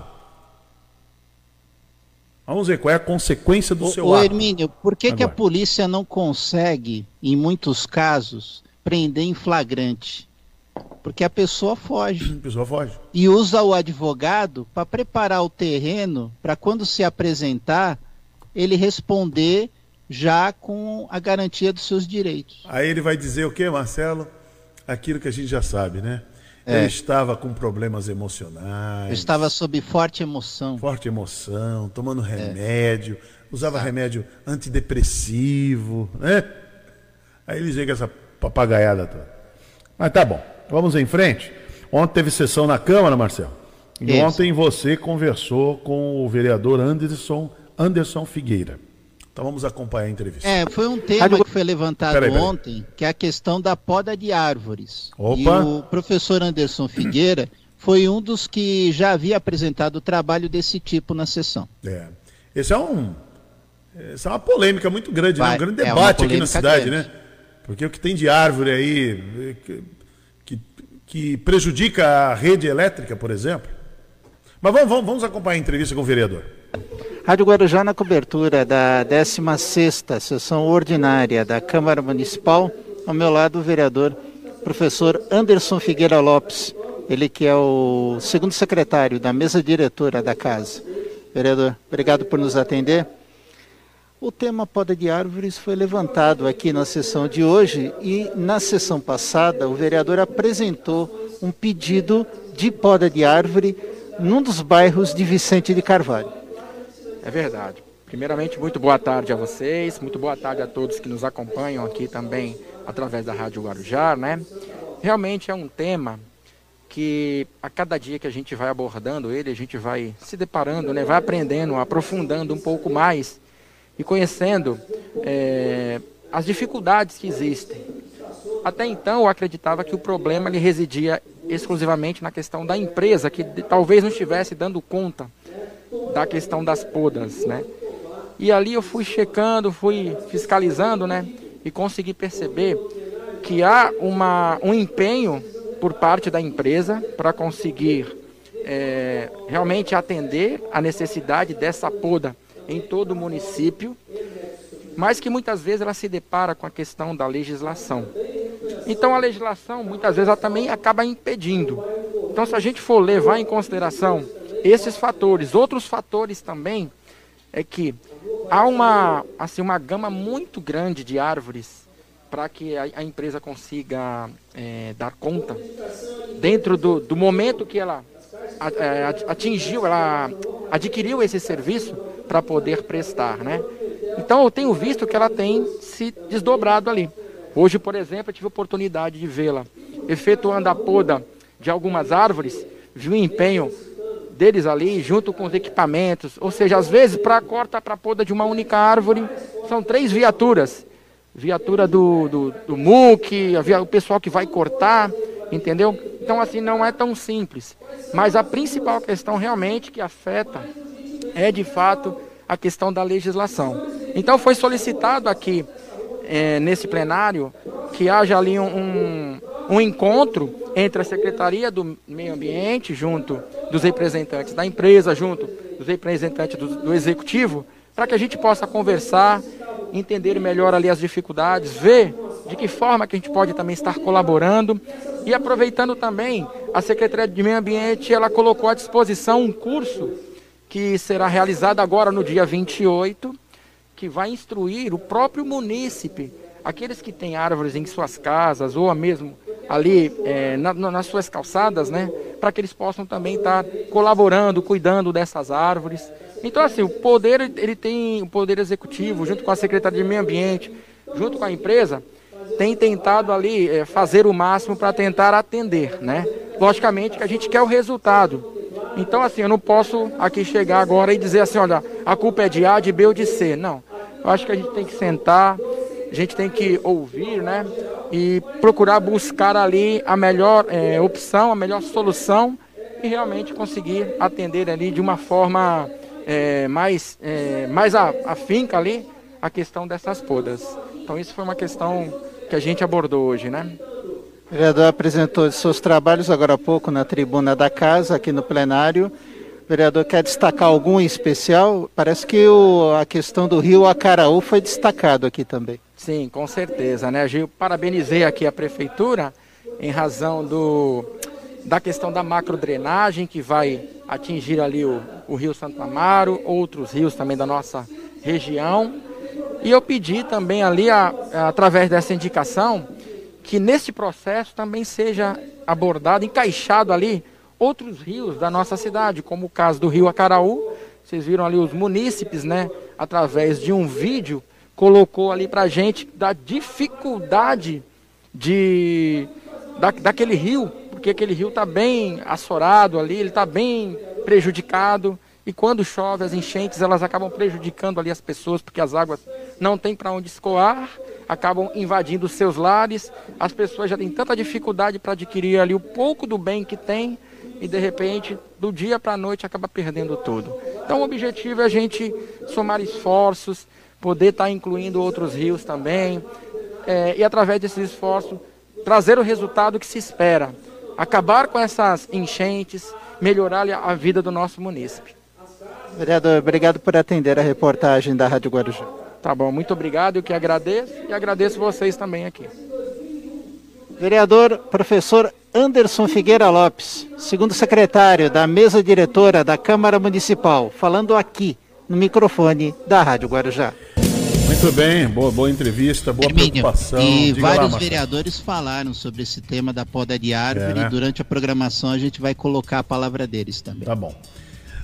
Vamos ver qual é a consequência do seu ato. Hermínio, por que a polícia não consegue, em muitos casos, prender em flagrante? Porque a pessoa foge. A pessoa foge. E usa o advogado para preparar o terreno para quando se apresentar, ele responder já com a garantia dos seus direitos. Aí ele vai dizer o quê, Marcelo? Aquilo que a gente já sabe, né? Eu estava com problemas emocionais. Eu estava sob forte emoção. Forte emoção, tomando remédio, usava remédio antidepressivo, né? Aí ele chega essa papagaiada toda. Mas tá bom, vamos em frente. Ontem teve sessão na Câmara, Marcelo. E ontem você conversou com o vereador Anderson Figueira. Então vamos acompanhar a entrevista. Foi um tema que foi levantado ontem, que é a questão da poda de árvores. Opa. E o professor Anderson Figueira foi um dos que já havia apresentado trabalho desse tipo na sessão. Essa é uma polêmica muito grande, né? Um grande debate aqui na cidade, né? Porque o que tem de árvore aí que prejudica a rede elétrica, por exemplo. Mas vamos acompanhar a entrevista com o vereador. Rádio Guarujá na cobertura da 16ª sessão ordinária da Câmara Municipal. Ao meu lado o vereador professor Anderson Figueira Lopes, ele que é o segundo secretário da mesa diretora da casa. Vereador, obrigado por nos atender. O tema poda de árvores foi levantado aqui na sessão de hoje e na sessão passada o vereador apresentou um pedido de poda de árvore num dos bairros de Vicente de Carvalho. É verdade. Primeiramente, muito boa tarde a vocês, muito boa tarde a todos que nos acompanham aqui também através da Rádio Guarujá, né? Realmente é um tema que a cada dia que a gente vai abordando ele, a gente vai se deparando, né? Vai aprendendo, aprofundando um pouco mais e conhecendo as dificuldades que existem. Até então eu acreditava que o problema ele residia exclusivamente na questão da empresa, que talvez não estivesse dando conta da questão das podas, né? E ali eu fui checando, fui fiscalizando, né? E consegui perceber que há um empenho por parte da empresa para conseguir realmente atender a necessidade dessa poda em todo o município, mas que muitas vezes ela se depara com a questão da legislação. Então a legislação muitas vezes ela também acaba impedindo. Então se a gente for levar em consideração esses fatores, outros fatores também, é que há uma gama muito grande de árvores para que a empresa consiga dar conta dentro do momento que ela ela adquiriu esse serviço para poder prestar, né? Então eu tenho visto que ela tem se desdobrado ali. Hoje, por exemplo, eu tive a oportunidade de vê-la efetuando a poda de algumas árvores, vi o empenho deles ali, junto com os equipamentos, ou seja, às vezes para a poda de uma única árvore, são 3 viaturas. Viatura do MUC, o pessoal que vai cortar, entendeu? Então assim, não é tão simples. Mas a principal questão realmente que afeta é de fato a questão da legislação. Então foi solicitado aqui, nesse plenário, que haja ali um encontro entre a Secretaria do Meio Ambiente, junto dos representantes da empresa, junto dos representantes do Executivo, para que a gente possa conversar, entender melhor ali as dificuldades, ver de que forma que a gente pode também estar colaborando e aproveitando também, a Secretaria de Meio Ambiente, ela colocou à disposição um curso que será realizado agora no dia 28, que vai instruir o próprio munícipe, aqueles que têm árvores em suas casas ou mesmo ali nas suas calçadas, né, para que eles possam também estar colaborando, cuidando dessas árvores. Então assim, o poder, ele tem o poder executivo, junto com a Secretaria de Meio Ambiente, junto com a empresa, tem tentado ali fazer o máximo para tentar atender, né? Logicamente que a gente quer o resultado. Então assim, eu não posso aqui chegar agora e dizer assim, olha, a culpa é de A, de B ou de C. Não, eu acho que a gente tem que sentar, a gente tem que ouvir, né? E procurar buscar ali a melhor opção, a melhor solução e realmente conseguir atender ali de uma forma mais afinca ali a questão dessas podas. Então isso foi uma questão que a gente abordou hoje, né? O vereador apresentou seus trabalhos agora há pouco na tribuna da casa, aqui no plenário. O vereador quer destacar algum em especial? Parece que a questão do rio Acaraú foi destacado aqui também. Sim, com certeza, né, Gil? Parabenizei aqui a prefeitura em razão da questão da macrodrenagem que vai atingir ali o Rio Santo Amaro, outros rios também da nossa região. E eu pedi também ali, através dessa indicação, que nesse processo também seja abordado, encaixado ali, outros rios da nossa cidade, como o caso do rio Acaraú. Vocês viram ali os munícipes, né, através de um vídeo, colocou ali pra gente da dificuldade daquele rio, porque aquele rio está bem assorado ali, ele está bem prejudicado, e quando chove as enchentes elas acabam prejudicando ali as pessoas, porque as águas não têm para onde escoar, acabam invadindo os seus lares, as pessoas já têm tanta dificuldade para adquirir ali o pouco do bem que tem, e de repente, do dia para a noite, acaba perdendo tudo. Então o objetivo é a gente somar esforços, poder estar incluindo outros rios também, e através desses esforços, trazer o resultado que se espera, acabar com essas enchentes, melhorar a vida do nosso munícipe. Vereador, obrigado por atender a reportagem da Rádio Guarujá. Tá bom, muito obrigado, eu que agradeço, e agradeço vocês também aqui. Vereador professor Anderson Figueira Lopes, segundo secretário da mesa diretora da Câmara Municipal, falando aqui no microfone da Rádio Guarujá. Muito bem, boa entrevista, boa preocupação. E vários vereadores falaram sobre esse tema da poda de árvore, né? E durante a programação a gente vai colocar a palavra deles também. Tá bom.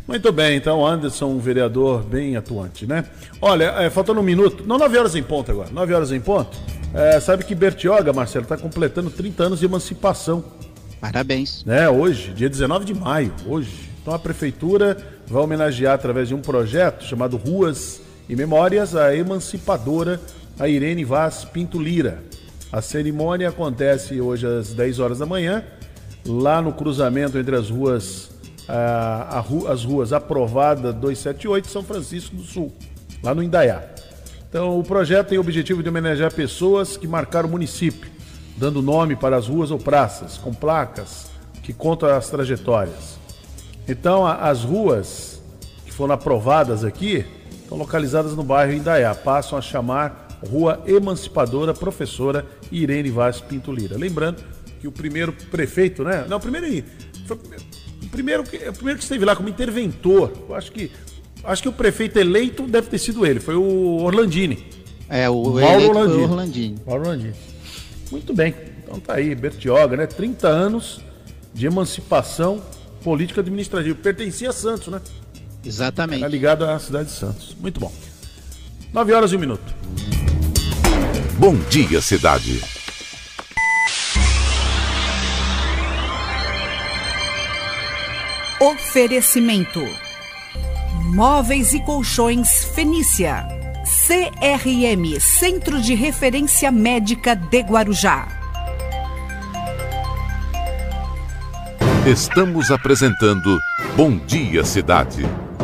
Muito bem, então Anderson, um vereador bem atuante, né? Olha, faltando um minuto, não, 9 horas em ponto agora, 9 horas em ponto. Sabe que Bertioga, Marcelo, está completando 30 anos de emancipação. Parabéns. Né, hoje, dia 19 de maio, hoje. Então a prefeitura vai homenagear através de um projeto chamado Ruas e Memórias a emancipadora, a Irene Vaz Pinto Lira. A cerimônia acontece hoje às 10 horas da manhã, lá no cruzamento entre as ruas, as ruas Aprovada 278 e São Francisco do Sul, lá no Indaiá. Então o projeto tem o objetivo de homenagear pessoas que marcaram o município, dando nome para as ruas ou praças, com placas que contam as trajetórias. Então as ruas que foram aprovadas aqui estão localizadas no bairro Indaiá, passam a chamar Rua Emancipadora Professora Irene Vaz Pinto Lira. Lembrando que o primeiro prefeito, né? Não, o primeiro que esteve lá como interventor, eu acho que o prefeito eleito deve ter sido ele, foi o Orlandini. O eleito foi o Orlandini. Muito bem, então tá aí, Bertioga, né? 30 anos de emancipação política administrativa. Pertencia a Santos, né? Exatamente. Era ligado à cidade de Santos. Muito bom. 9 horas e 1 minuto. Bom dia, cidade. Oferecimento: Móveis e Colchões Fenícia. CRM, Centro de Referência Médica de Guarujá. Estamos apresentando Bom Dia, Cidade.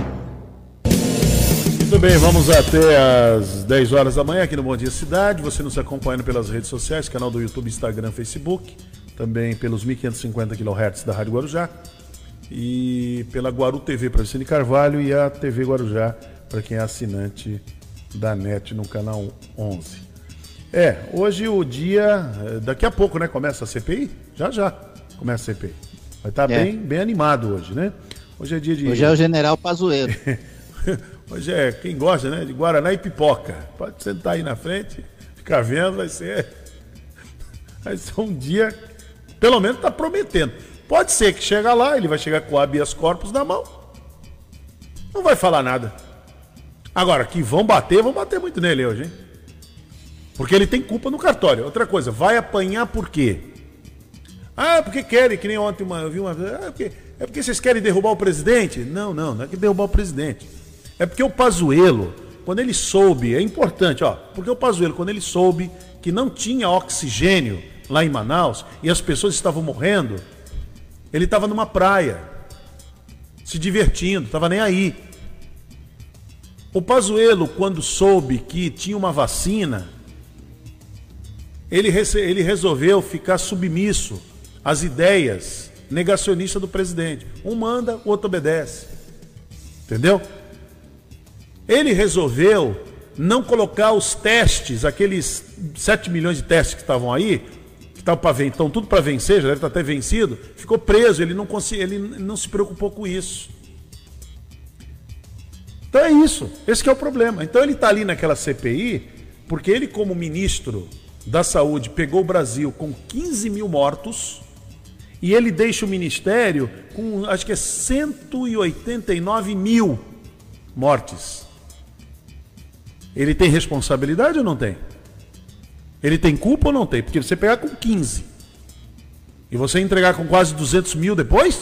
Muito bem, vamos até às 10 horas da manhã aqui no Bom Dia Cidade. Você nos acompanhando pelas redes sociais, canal do YouTube, Instagram, Facebook, também pelos 1550 kHz da Rádio Guarujá e pela Guaru TV para Vicente Carvalho e a TV Guarujá para quem é assinante da NET no canal 11. Hoje o dia, daqui a pouco, né, começa a CPI? Já começa a CPI. Vai estar bem animado hoje, né? Hoje é dia de... Hoje é o General Pazuello. Hoje quem gosta, né, de Guaraná e pipoca. Pode sentar aí na frente, ficar vendo, vai ser um dia, pelo menos está prometendo. Pode ser que chega lá, ele vai chegar com o habeas corpus na mão, não vai falar nada. Agora, que vão bater muito nele hoje, hein? Porque ele tem culpa no cartório. Outra coisa, vai apanhar por quê? Porque querem, que nem ontem eu vi uma... É porque vocês querem derrubar o presidente? Não é que derrubar o presidente. É porque o Pazuello, quando ele soube, é importante, porque o Pazuello, quando ele soube que não tinha oxigênio lá em Manaus e as pessoas estavam morrendo, ele estava numa praia, se divertindo, estava nem aí. O Pazuello, quando soube que tinha uma vacina, ele resolveu ficar submisso às ideias negacionistas do presidente. Um manda, o outro obedece. Entendeu? Ele resolveu não colocar os testes, aqueles 7 milhões de testes que estavam aí, que estão tudo para vencer, já deve estar até vencido, ficou preso, ele não se preocupou com isso. Então é isso, esse que é o problema. Então ele está ali naquela CPI, porque ele, como ministro da Saúde, pegou o Brasil com 15 mil mortos, e ele deixa o ministério com, acho que é 189 mil mortes. Ele tem responsabilidade ou não tem? Ele tem culpa ou não tem? Porque você pegar com 15 e você entregar com quase 200 mil depois,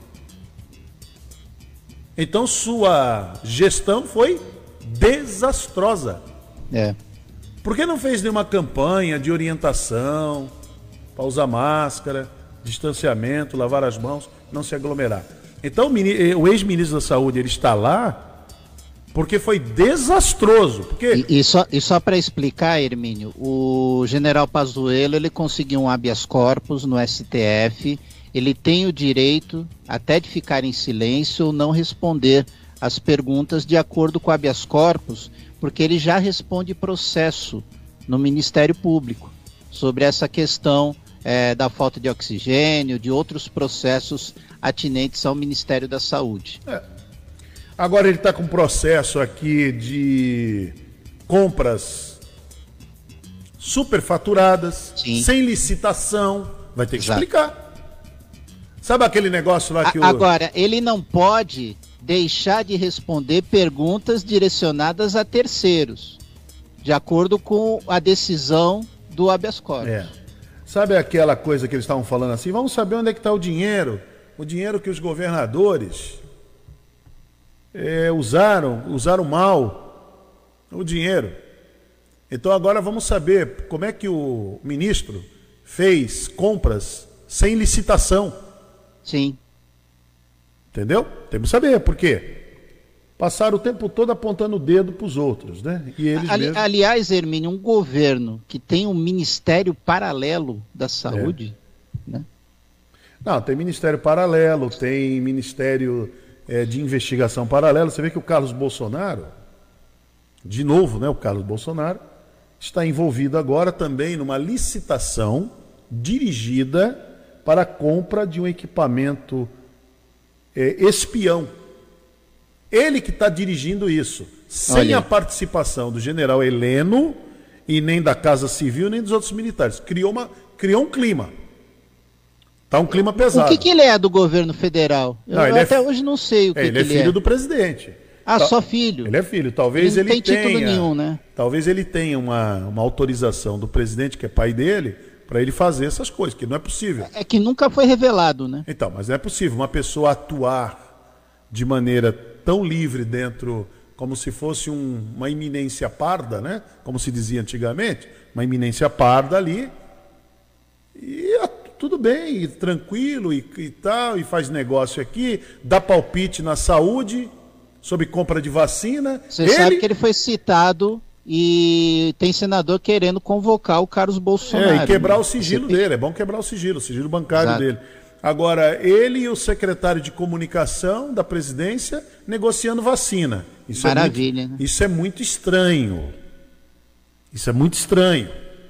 então sua gestão foi desastrosa. Por que não fez nenhuma campanha de orientação para usar máscara, distanciamento, lavar as mãos, não se aglomerar? Então o ex-ministro da Saúde, ele está lá porque foi desastroso. E só para explicar, Hermínio, o general Pazuello, ele conseguiu um habeas corpus no STF, ele tem o direito até de ficar em silêncio ou não responder as perguntas de acordo com o habeas corpus, porque ele já responde processo no Ministério Público sobre essa questão da falta de oxigênio, de outros processos atinentes ao Ministério da Saúde. Agora ele está com um processo aqui de compras superfaturadas, sem licitação, vai ter que explicar. Sabe aquele negócio lá que Agora, ele não pode deixar de responder perguntas direcionadas a terceiros, de acordo com a decisão do habeas corpus. Sabe aquela coisa que eles estavam falando assim? Vamos saber onde é que está o dinheiro que os governadores usaram mal o dinheiro. Então agora vamos saber como é que o ministro fez compras sem licitação. Sim. Entendeu? Temos que saber por quê. Passaram o tempo todo apontando o dedo para os outros, né? E eles mesmos... Aliás, Hermínio, um governo que tem um ministério paralelo da saúde, né? Não, tem ministério paralelo, tem ministério de investigação paralelo. Você vê que o Carlos Bolsonaro, de novo, né? O Carlos Bolsonaro está envolvido agora também numa licitação dirigida para a compra de um equipamento espião. Ele que está dirigindo isso, sem a participação do general Heleno e nem da Casa Civil, nem dos outros militares. Criou um clima. Está um clima pesado. O que ele é do governo federal? Eu até hoje não sei o que ele é. Ele é filho do presidente. Só filho? Ele é filho. Talvez ele não tem tenha, título nenhum, né? Talvez ele tenha uma autorização do presidente, que é pai dele, para ele fazer essas coisas, que não é possível. É que nunca foi revelado, né? Então, mas não é possível uma pessoa atuar de maneira tão livre dentro, como se fosse uma iminência parda, né? Como se dizia antigamente, uma iminência parda ali, e tudo bem, e tranquilo, e tal, e faz negócio aqui, dá palpite na saúde, sobre compra de vacina. Você sabe que ele foi citado e tem senador querendo convocar o Carlos Bolsonaro. E quebrar o sigilo dele, é bom quebrar o sigilo bancário dele. Agora, ele e o secretário de comunicação da presidência negociando vacina. Isso maravilha, né? Isso é muito estranho. Isso é muito estranho.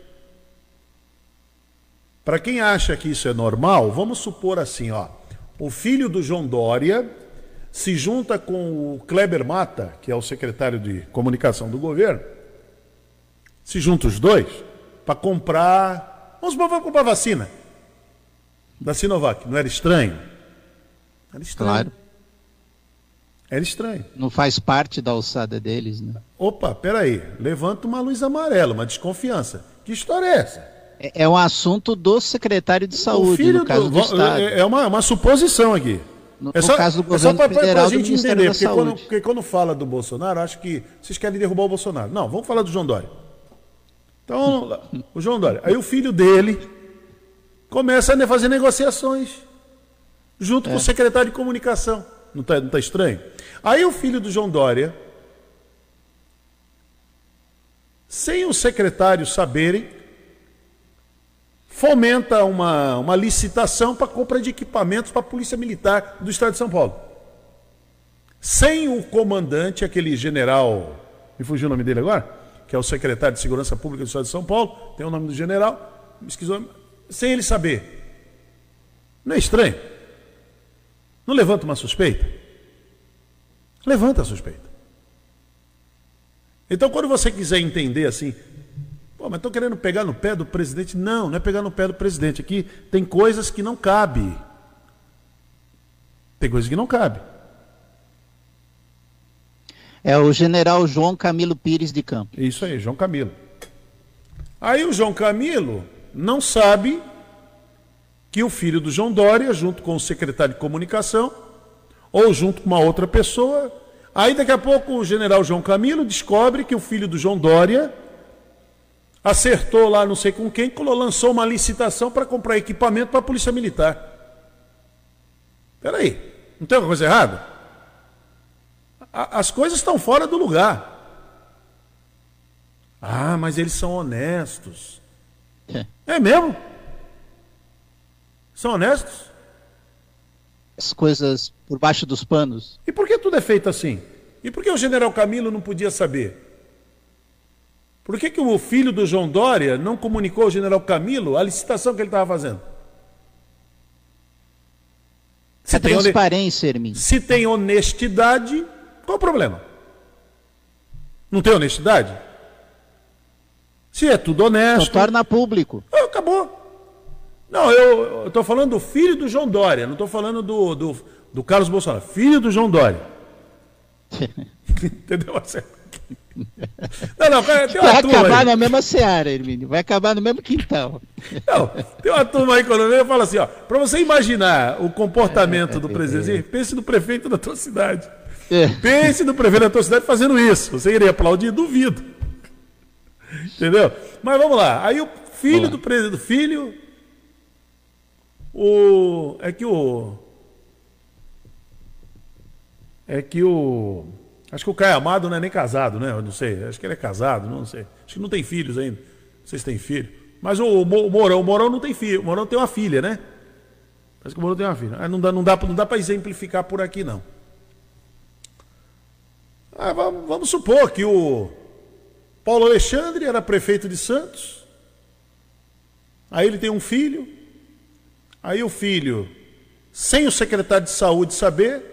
Para quem acha que isso é normal, vamos supor assim, ó, o filho do João Dória se junta com o Kleber Mata, que é o secretário de comunicação do governo, se juntam os dois para comprar, vamos comprar vacina da Sinovac. Não era estranho? Era estranho. Claro. Era estranho. Não faz parte da alçada deles, né? Opa, peraí. Levanta uma luz amarela, uma desconfiança. Que história é essa? É um assunto do secretário de saúde, no caso do Estado. É uma suposição aqui. No caso do governo federal, do Ministério da Saúde. Porque quando fala do Bolsonaro, acho que vocês querem derrubar o Bolsonaro. Não, vamos falar do João Dória. Então, o João Dória. Aí o filho dele começa a fazer negociações junto com o secretário de comunicação. Não tá estranho? Aí o filho do João Dória, sem os secretários saberem, fomenta uma licitação para compra de equipamentos para a Polícia Militar do Estado de São Paulo. Sem o comandante, aquele general, me fugiu o nome dele agora, que é o secretário de Segurança Pública do Estado de São Paulo, tem o nome do general, me esquisou, sem ele saber. Não é estranho? Não levanta uma suspeita? Levanta a suspeita. Então, quando você quiser entender assim, pô, mas estão querendo pegar no pé do presidente? Não, não é pegar no pé do presidente. Aqui tem coisas que não cabem. Tem coisas que não cabem. É o general João Camilo Pires de Campos. Isso aí, João Camilo. Aí o João Camilo não sabe que o filho do João Dória, junto com o secretário de comunicação, ou junto com uma outra pessoa, aí daqui a pouco o general João Camilo descobre que o filho do João Dória acertou lá não sei com quem, lançou uma licitação para comprar equipamento para a Polícia Militar. Espera aí, não tem alguma coisa errada? As coisas estão fora do lugar. Ah, mas eles são honestos. É mesmo? São honestos? As coisas por baixo dos panos. E por que tudo é feito assim? E por que o general Camilo não podia saber? Por que o filho do João Dória não comunicou ao general Camilo a licitação que ele estava fazendo? Se tem transparência, Hermínio. Se tem honestidade, qual o problema? Não tem honestidade? Se é tudo honesto... Então torna público. Acabou. Não, eu estou falando do filho do João Dória, não estou falando do Carlos Bolsonaro. Filho do João Dória. Entendeu, Marcelo? Não, tem uma Vai turma acabar aí. na mesma seara, Hermínio. Vai acabar no mesmo quintal. Não, tem uma turma aí quando eu falo assim, ó, para você imaginar o comportamento do presidente, pense no prefeito da tua cidade. Pense no prefeito da tua cidade fazendo isso. Você iria aplaudir? Duvido. Entendeu? Mas vamos lá. Aí o filho do presidente, acho que o Caio Amado não é nem casado, né? Eu não sei. Acho que ele é casado, não sei. Acho que não tem filhos ainda. Não sei se tem filho. Mas o Mourão não tem filho. O Mourão tem uma filha, né? Parece que o Mourão tem uma filha. Não dá para exemplificar por aqui, não. Vamos supor que o Paulo Alexandre era prefeito de Santos. Aí ele tem um filho. Aí o filho, sem o secretário de saúde saber,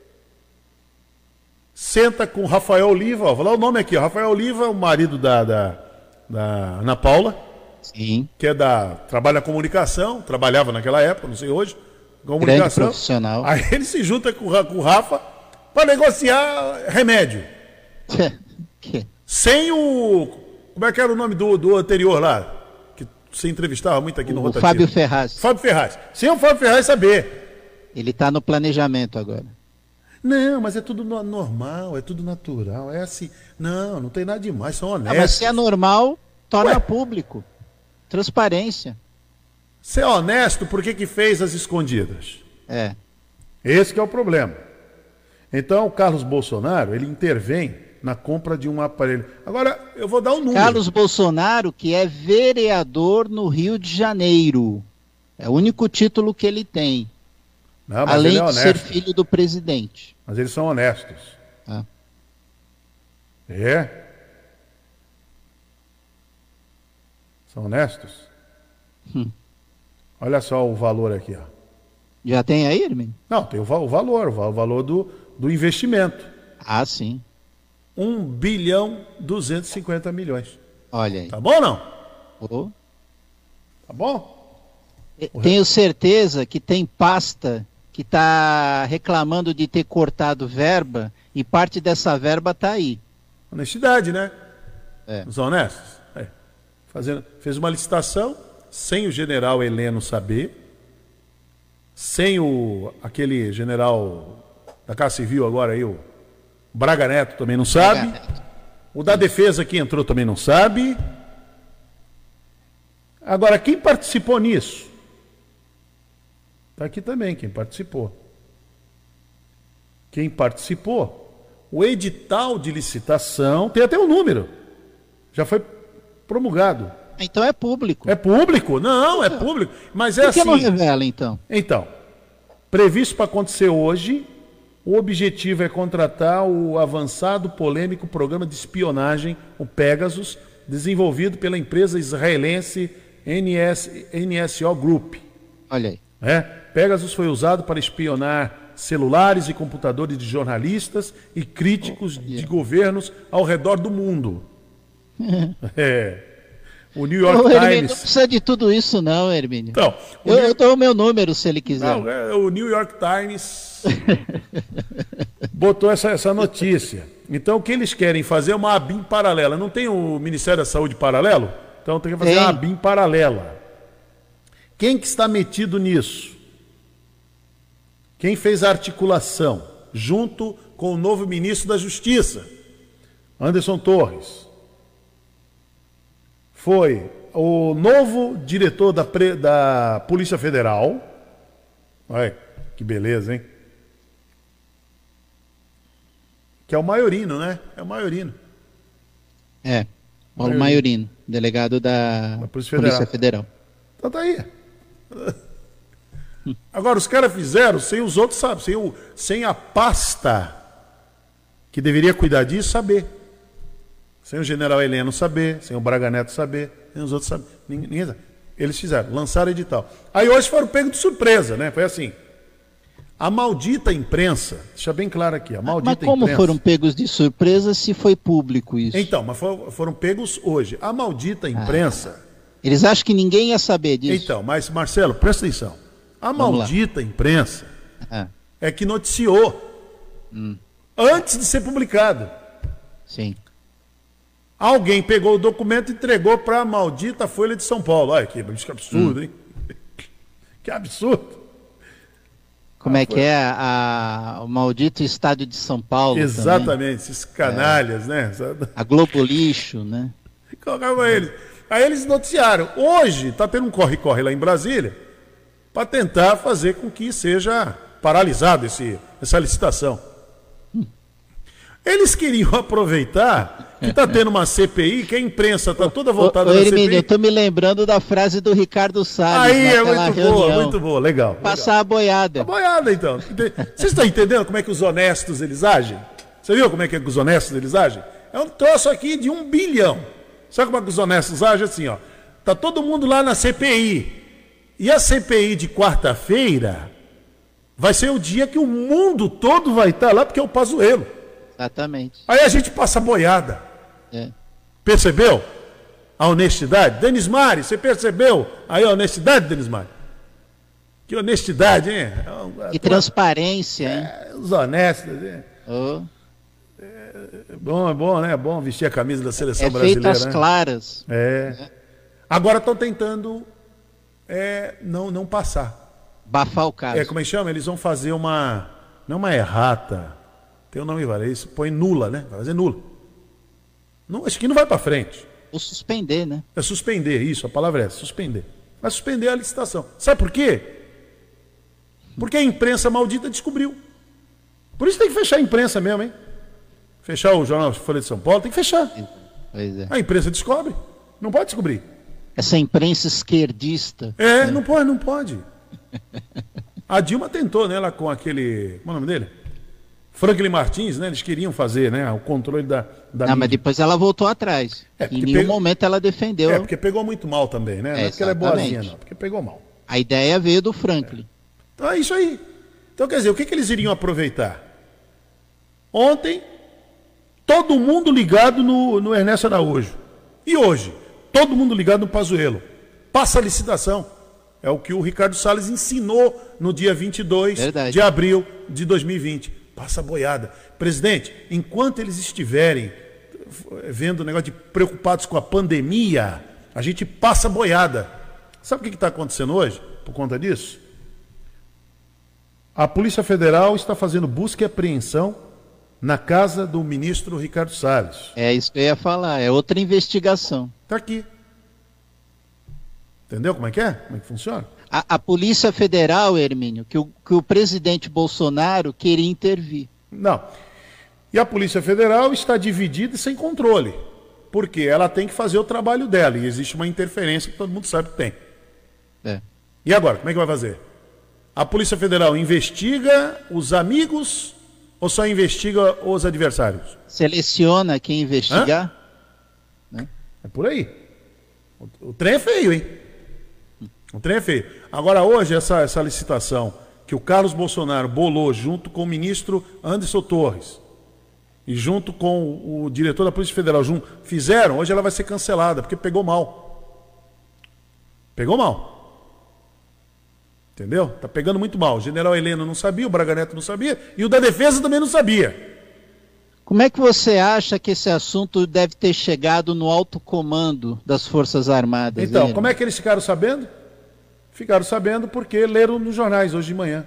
senta com o Rafael Oliva, ó, vou dar o nome aqui, ó, Rafael Oliva, o marido da Ana Paula, Sim. que trabalha na comunicação, trabalhava naquela época, não sei hoje, comunicação. Grande profissional. Aí ele se junta com o Rafa para negociar remédio. Sem o... Como é que era o nome do anterior lá? Que você entrevistava muito aqui no O Rotativo. Fábio Ferraz. Fábio Ferraz. Sem o Fábio Ferraz saber. Ele está no planejamento agora. Não, mas é tudo normal, é tudo natural, é assim. Não tem nada demais, são honestos. Mas se é normal, torna público. Transparência. Ser honesto, por que fez as escondidas? É. Esse que é o problema. Então, o Carlos Bolsonaro, ele intervém na compra de um aparelho. Agora, eu vou dar um número. Carlos Bolsonaro, que é vereador no Rio de Janeiro. É o único título que ele tem. Não, mas além ele é de ser filho do presidente. Mas eles são honestos. Ah. É? São honestos? Olha só o valor aqui, ó. Já tem aí, Hermínio? Não, tem o valor do investimento. Ah, sim. 1.250.000.000. Olha aí. Tá bom ou não? Oh. Tá bom? Tenho certeza que tem pasta que está reclamando de ter cortado verba e parte dessa verba está aí. Honestidade, né? É. Os honestos. É. Fez uma licitação sem o general Heleno saber, sem aquele general da Casa Civil agora aí, o Braga Neto também não sabe. O da defesa que entrou também não sabe. Agora, quem participou nisso? Está aqui também quem participou. Quem participou? O edital de licitação, tem até um número. Já foi promulgado. Então é público. É público? Não, é público. Mas é Por que assim. não revela, então? Então, previsto para acontecer hoje, o objetivo é contratar o avançado polêmico programa de espionagem, o Pegasus, desenvolvido pela empresa israelense NSO Group. Olha aí. Pegasus foi usado para espionar celulares e computadores de jornalistas e críticos de governos ao redor do mundo. O New York Hermínio, Times... não precisa de tudo isso não, Hermínio. Então, eu dou o meu número se ele quiser. Não, o New York Times botou essa notícia. Então, o que eles querem fazer é uma ABIN paralela. Não tem o Ministério da Saúde paralelo? Então, tem que fazer uma ABIN paralela. Quem que está metido nisso? Quem fez a articulação? Junto com o novo ministro da Justiça, Anderson Torres. Foi o novo diretor da Polícia Federal. Olha, que beleza, hein? Que é o Maiorino, né? É o Maiorino. Paulo Maiorino, delegado da Polícia Federal. Então tá aí. Agora, os caras fizeram sem os outros, sabe? Sem a pasta que deveria cuidar disso saber. Sem o general Heleno saber, sem o Braga Neto saber, sem os outros saber. Ninguém sabe. Eles fizeram, lançaram edital. Aí hoje foram pegos de surpresa, né? Foi assim. A maldita imprensa, deixa bem claro aqui, a maldita imprensa... Mas como foram pegos de surpresa se foi público isso? Então, mas foram pegos hoje. A maldita imprensa... Eles acham que ninguém ia saber disso. Então, mas Marcelo, presta atenção. A maldita imprensa é que noticiou. antes de ser publicado. Sim. Alguém pegou o documento e entregou para a maldita Folha de São Paulo. Olha que absurdo, hein? Que absurdo. Como é que é o maldito estado de São Paulo? Exatamente, também. Esses canalhas, né? A Globo Lixo, né? Colocava eles. Aí eles noticiaram. Hoje está tendo um corre-corre lá em Brasília para tentar fazer com que seja paralisada essa licitação. Eles queriam aproveitar que está tendo uma CPI, que a imprensa está toda voltada na Hermínio, CPI. eu tô me lembrando da frase do Ricardo Salles Aí é naquela muito boa, legal. Passar a boiada. A boiada, então. Vocês estão entendendo como é que os honestos eles agem? Você viu como é que os honestos eles agem? É um troço aqui de 1 bilhão. Sabe como é que os honestos agem? Assim, ó. Tá todo mundo lá na CPI. E a CPI de quarta-feira vai ser o dia que o mundo todo vai estar lá, porque é o Pazuello. Exatamente. Aí a gente passa a boiada. É. Percebeu? A honestidade? Denis Mari, você percebeu aí a honestidade, Denis Mari? Que honestidade, hein? E transparência, hein? Os honestos, hein? Oh. É bom, né? É bom vestir a camisa da seleção Feito brasileira. às né? claras. Agora estão tentando não passar. Bafar o caso. Como é que chama? Eles vão fazer não uma errata. Tem um nome, vale isso. Põe nula, né? Vai fazer nula. Não, acho que não vai para frente. Ou suspender, né? É suspender, isso, a palavra é essa, suspender. Vai suspender a licitação. Sabe por quê? Porque a imprensa maldita descobriu. Por isso tem que fechar a imprensa mesmo, hein? Fechar o jornal Folha de São Paulo, tem que fechar. Pois é. A imprensa descobre. Não pode descobrir. Essa imprensa esquerdista. Não pode. A Dilma tentou, né? Ela com aquele... Como é o nome dele? Franklin Martins, né? Eles queriam fazer, né? O controle da Não, mas depois ela voltou atrás. Em nenhum momento ela defendeu. Porque pegou muito mal também, né? Não é porque ela é boazinha, não. Porque pegou mal. A ideia veio do Franklin. Então é isso aí. Então, quer dizer, o que eles iriam aproveitar? Ontem, todo mundo ligado no Ernesto Araújo. E hoje, todo mundo ligado no Pazuello. Passa a licitação. É o que o Ricardo Salles ensinou no dia 22 de abril de 2020. Passa a boiada. Presidente, enquanto eles estiverem vendo o negócio de preocupados com a pandemia, a gente passa a boiada. Sabe o que está acontecendo hoje por conta disso? A Polícia Federal está fazendo busca e apreensão na casa do ministro Ricardo Salles. É isso que eu ia falar, é outra investigação. Está aqui. Entendeu como é que é? Como é que funciona? A Polícia Federal, Hermínio, que o presidente Bolsonaro queria intervir. Não. E a Polícia Federal está dividida e sem controle. Porque ela tem que fazer o trabalho dela. E existe uma interferência que todo mundo sabe que tem. E agora, como é que vai fazer? A Polícia Federal investiga os amigos ou só investiga os adversários? Seleciona quem investigar. Né? É por aí. O trem é feio, hein? O trem é feio. Agora, hoje, essa licitação que o Carlos Bolsonaro bolou junto com o ministro Anderson Torres e junto com o diretor da Polícia Federal, fizeram, hoje ela vai ser cancelada, porque pegou mal. Pegou mal. Entendeu? Tá pegando muito mal. O general Heleno não sabia, o Braga Neto não sabia e o da Defesa também não sabia. Como é que você acha que esse assunto deve ter chegado no alto comando das Forças Armadas? Então, como é que eles ficaram sabendo? Ficaram sabendo porque leram nos jornais hoje de manhã.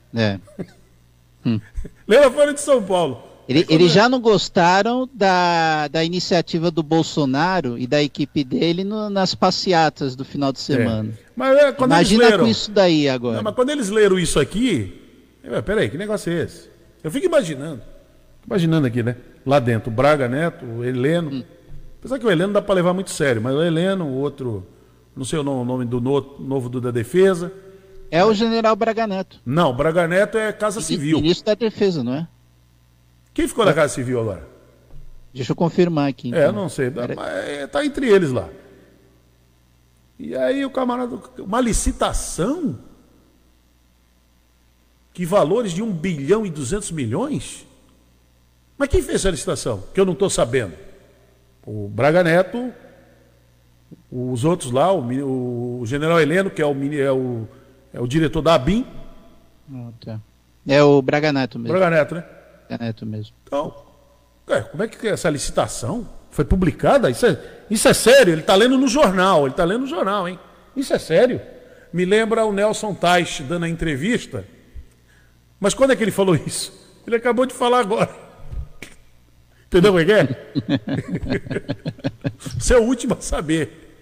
Leram a Folha de São Paulo. Eles já não gostaram da iniciativa do Bolsonaro e da equipe dele nas passeatas do final de semana. Mas, quando imagina eles leram, com isso daí agora. Não, mas quando eles leram isso aqui, peraí, que negócio é esse? Eu fico imaginando aqui, né? Lá dentro, o Braga Neto, o Heleno. Apesar que o Heleno dá para levar muito sério, mas o Heleno, o outro, não sei o nome do novo da Defesa. É o general Braga Neto. Não, o Braga Neto é Casa Civil. Ministro da Defesa, não é? Quem ficou na Casa Civil agora? Deixa eu confirmar aqui. Então. Não sei, mas tá entre eles lá. E aí o camarada, uma licitação? Que valores de 1 bilhão e 200 milhões? Mas quem fez essa licitação? Que eu não estou sabendo. O Braga Neto, os outros lá, o general Heleno, que é o diretor da ABIN. É o Braga Neto mesmo. Braga Neto, né? Neto mesmo. Então, como é que essa licitação foi publicada? Isso é sério, ele está lendo no jornal, hein? Isso é sério. Me lembra o Nelson Teich dando a entrevista. Mas quando é que ele falou isso? Ele acabou de falar agora. Entendeu o que é? Você é o último a saber.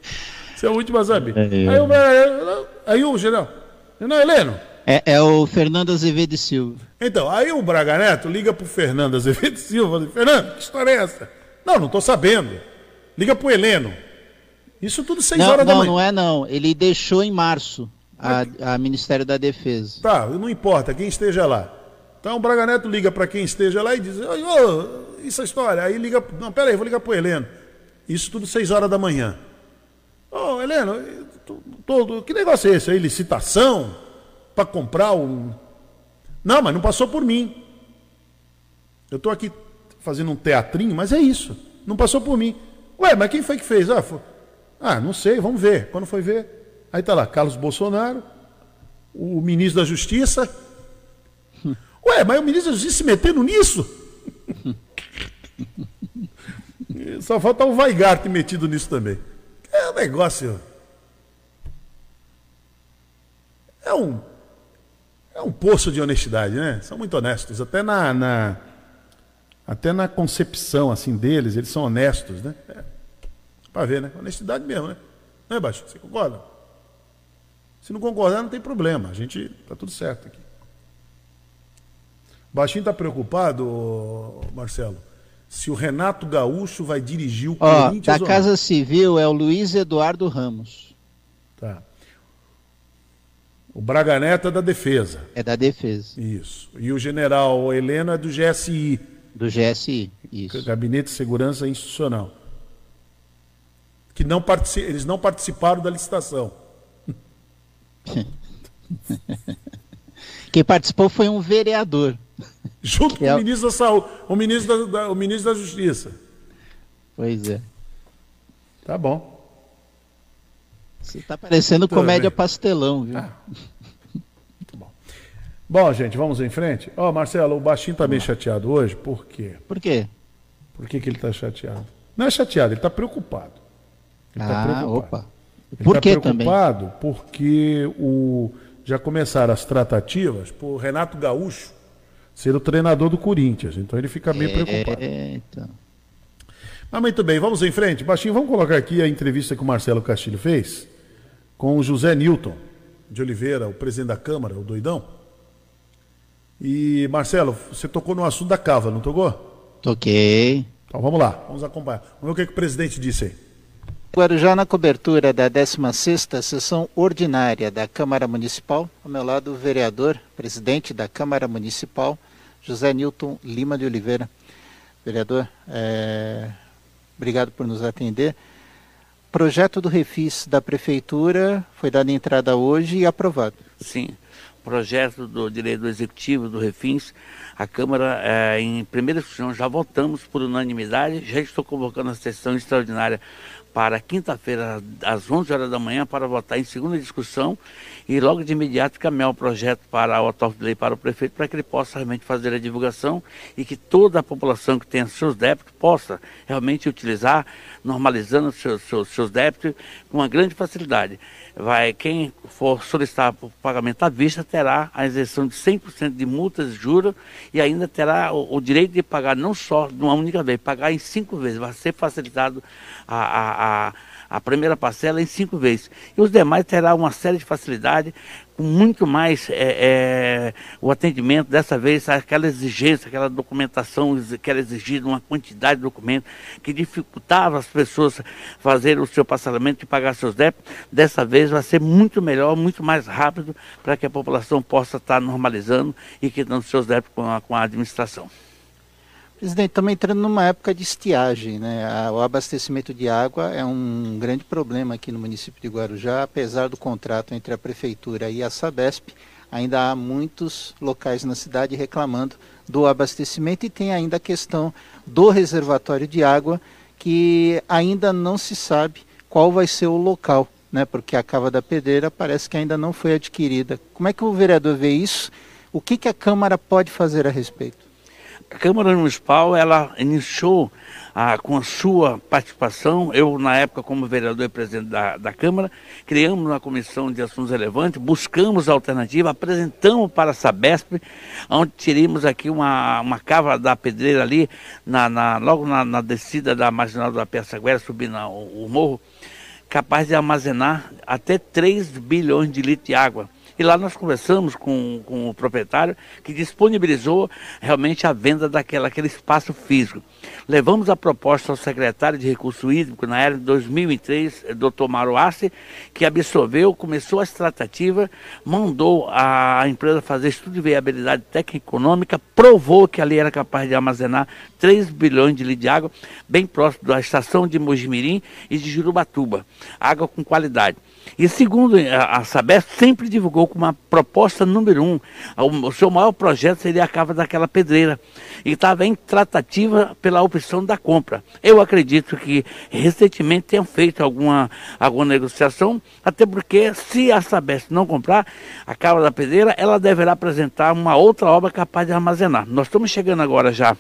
Aí o general, não, Heleno. É o Fernando Azevedo e Silva. Então, aí o Braga Neto liga pro Fernando Azevedo e Silva. Fernando, que história é essa? Não estou sabendo. Liga pro Heleno. Isso tudo 6 horas da manhã. Não. Ele deixou em março a Ministério da Defesa. Tá, não importa, quem esteja lá. Então o Braga Neto liga para quem esteja lá e diz, isso é história. Aí liga, não, peraí, vou ligar pro Heleno. Isso tudo 6 horas da manhã. Heleno, que negócio é esse aí? Licitação? Para comprar um... Não, mas não passou por mim. Eu estou aqui fazendo um teatrinho, mas é isso. Não passou por mim. Ué, mas quem foi que fez? Não sei, vamos ver. Quando foi ver, aí tá lá, Carlos Bolsonaro, o ministro da Justiça. Ué, mas o ministro da Justiça se metendo nisso? Só falta o Weigart metido nisso também. É um negócio... É um poço de honestidade, né? São muito honestos. Até na concepção assim deles, eles são honestos, né? Para ver, né? Honestidade mesmo, né? Não é, Baixo? Você concorda? Se não concordar, não tem problema. A gente tá tudo certo aqui. Baixinho tá preocupado, Marcelo, se o Renato Gaúcho vai dirigir o Corinthians. Da Casa Civil é o Luiz Eduardo Ramos. Tá. O Braga Neto é da Defesa. É da Defesa. Isso. E o general Heleno é do GSI. Do GSI, isso. Gabinete de Segurança Institucional. Que eles não participaram da licitação. Quem participou foi um vereador. Junto com o ministro da Saúde, o ministro da Justiça. Pois é. Tá bom. Você tá parecendo comédia pastelão, viu? Muito bom. Bom, gente, vamos em frente? Marcelo, o Baixinho tá bem chateado hoje, por quê? Por quê? Por que ele tá chateado? Não é chateado, ele tá preocupado. Opa. Por que também? Ele tá preocupado porque já começaram as tratativas por Renato Gaúcho ser o treinador do Corinthians. Então ele fica meio preocupado. Então. Mas muito bem, vamos em frente. Baixinho, vamos colocar aqui a entrevista que o Marcelo Castilho fez com o José Newton de Oliveira, o presidente da Câmara, o doidão. E, Marcelo, você tocou no assunto da cava, não tocou? Toquei. Então vamos lá, vamos acompanhar. Vamos ver o que o presidente disse aí. Guarujá, na cobertura da 16ª sessão ordinária da Câmara Municipal, ao meu lado o vereador, presidente da Câmara Municipal, José Newton Lima de Oliveira. Vereador, obrigado por nos atender. Projeto do Refis da Prefeitura foi dado entrada hoje e aprovado. Sim, projeto do direito executivo do Refins, a Câmara, em primeira discussão, já votamos por unanimidade, já estou convocando a sessão extraordinária para quinta-feira, às 11 horas da manhã, para votar em segunda discussão e logo de imediato caminhar o projeto para o autor de lei para o prefeito, para que ele possa realmente fazer a divulgação e que toda a população que tenha seus débitos possa realmente utilizar, normalizando seus débitos com uma grande facilidade. Quem for solicitar por pagamento à vista terá a isenção de 100% de multas e juros e ainda terá o direito de pagar não só de uma única vez, pagar em 5 vezes. Vai ser facilitado a primeira parcela em 5 vezes. E os demais terá uma série de facilidades, com muito mais o atendimento, dessa vez, aquela exigência, aquela documentação que era exigida, uma quantidade de documentos que dificultava as pessoas fazer o seu parcelamento e pagar seus débitos. Dessa vez vai ser muito melhor, muito mais rápido, para que a população possa estar normalizando e quitando seus débitos com a administração. Presidente, estamos entrando numa época de estiagem, né? O abastecimento de água é um grande problema aqui no município de Guarujá. Apesar do contrato entre a Prefeitura e a Sabesp, ainda há muitos locais na cidade reclamando do abastecimento e tem ainda a questão do reservatório de água, que ainda não se sabe qual vai ser o local, né? Porque a Cava da Pedreira parece que ainda não foi adquirida. Como é que o vereador vê isso? O que a Câmara pode fazer a respeito? A Câmara Municipal, ela iniciou com a sua participação, eu na época como vereador e presidente da Câmara, criamos uma comissão de assuntos relevantes, buscamos alternativa, apresentamos para a Sabesp, onde teríamos aqui uma cava da pedreira ali, logo na descida da marginal da Pirassaguera, subindo o morro, capaz de armazenar até 3 bilhões de litros de água. E lá nós conversamos com o proprietário que disponibilizou realmente a venda daquele espaço físico. Levamos a proposta ao secretário de Recursos Hídricos na era de 2003, Dr. Mauro Arce, que absorveu, começou as tratativas, mandou a empresa fazer estudo de viabilidade técnica e econômica, provou que ali era capaz de armazenar 3 bilhões de litros de água, bem próximo da estação de Mojimirim e de Jurubatuba. Água com qualidade. E segundo a Sabesp, sempre divulgou como uma proposta número 1, o seu maior projeto seria a cava daquela pedreira. E estava em tratativa pela opção da compra. Eu acredito que recentemente tenham feito alguma negociação, até porque se a Sabesp não comprar a cava da pedreira, ela deverá apresentar uma outra obra capaz de armazenar. Nós estamos chegando agora já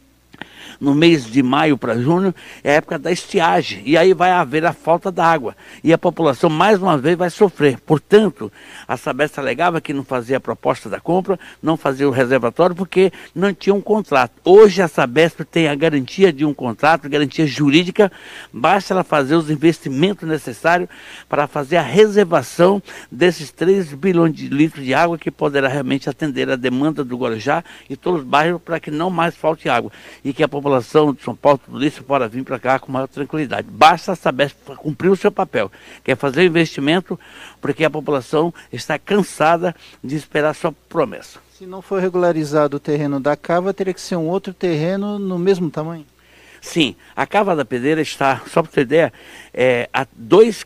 no mês de maio para junho, é a época da estiagem, e aí vai haver a falta d'água, e a população mais uma vez vai sofrer. Portanto, a Sabesp alegava que não fazia a proposta da compra, não fazia o reservatório, porque não tinha um contrato. Hoje a Sabesp tem a garantia de um contrato, garantia jurídica, basta ela fazer os investimentos necessários para fazer a reservação desses 3 bilhões de litros de água que poderá realmente atender a demanda do Guarujá e todos os bairros para que não mais falte água, e que a população de São Paulo, tudo isso, pode vir para cá com maior tranquilidade. Basta saber cumprir o seu papel, que é fazer investimento, porque a população está cansada de esperar sua promessa. Se não for regularizado o terreno da cava, teria que ser um outro terreno no mesmo tamanho? Sim, a cava da pedreira está, só para ter ideia, a 2,5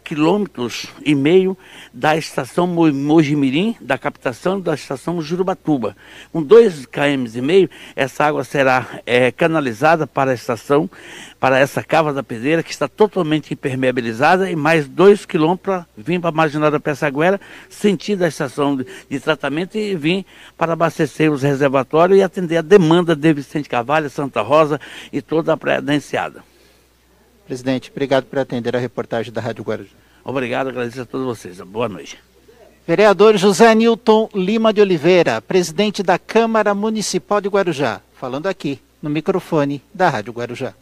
km da estação Mojimirim, da captação da estação Jurubatuba. Com 2,5 km, essa água será canalizada para a estação, para essa cava da pedreira, que está totalmente impermeabilizada, e mais 2 km para vir para a marginal da Pirassaguera, sentido a estação de tratamento, e vir para abastecer os reservatórios e atender a demanda de Vicente Carvalho, Santa Rosa e toda a Praia da Enseada. Presidente, obrigado por atender a reportagem da Rádio Guarujá. Obrigado, agradeço a todos vocês. Boa noite. Vereador José Nilton Lima de Oliveira, presidente da Câmara Municipal de Guarujá, falando aqui no microfone da Rádio Guarujá.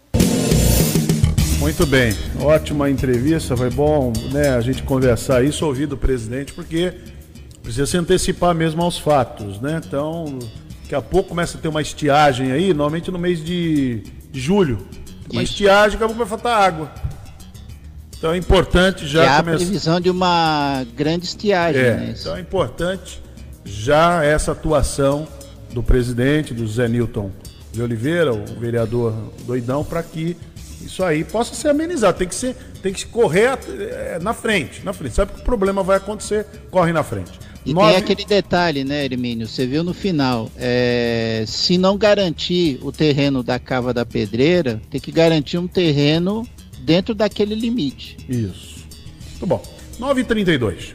Muito bem, ótima entrevista, foi bom, né, a gente conversar isso, ouvir do presidente, porque precisa se antecipar mesmo aos fatos, né? Então, daqui a pouco começa a ter uma estiagem aí, normalmente no mês de julho. Uma estiagem, daqui a pouco vai faltar água. Então é importante já começar. É a previsão de uma grande estiagem, né? Então é importante já essa atuação do presidente, do José Nilton de Oliveira, o vereador doidão, para que isso aí possa ser amenizado. Tem que correr na frente. Sabe que o problema vai acontecer, corre na frente. E tem aquele detalhe, né, Hermínio? Você viu no final, se não garantir o terreno da cava da pedreira, tem que garantir um terreno dentro daquele limite. Isso. Muito bom. 9h32.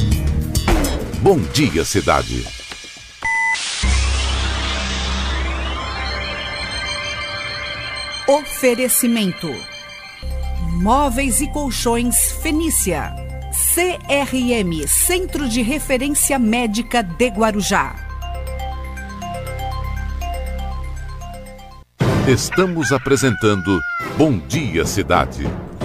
Bom dia, cidade. Oferecimento: Móveis e Colchões Fenícia. CRM, Centro de Referência Médica de Guarujá. Estamos apresentando Bom Dia Cidade.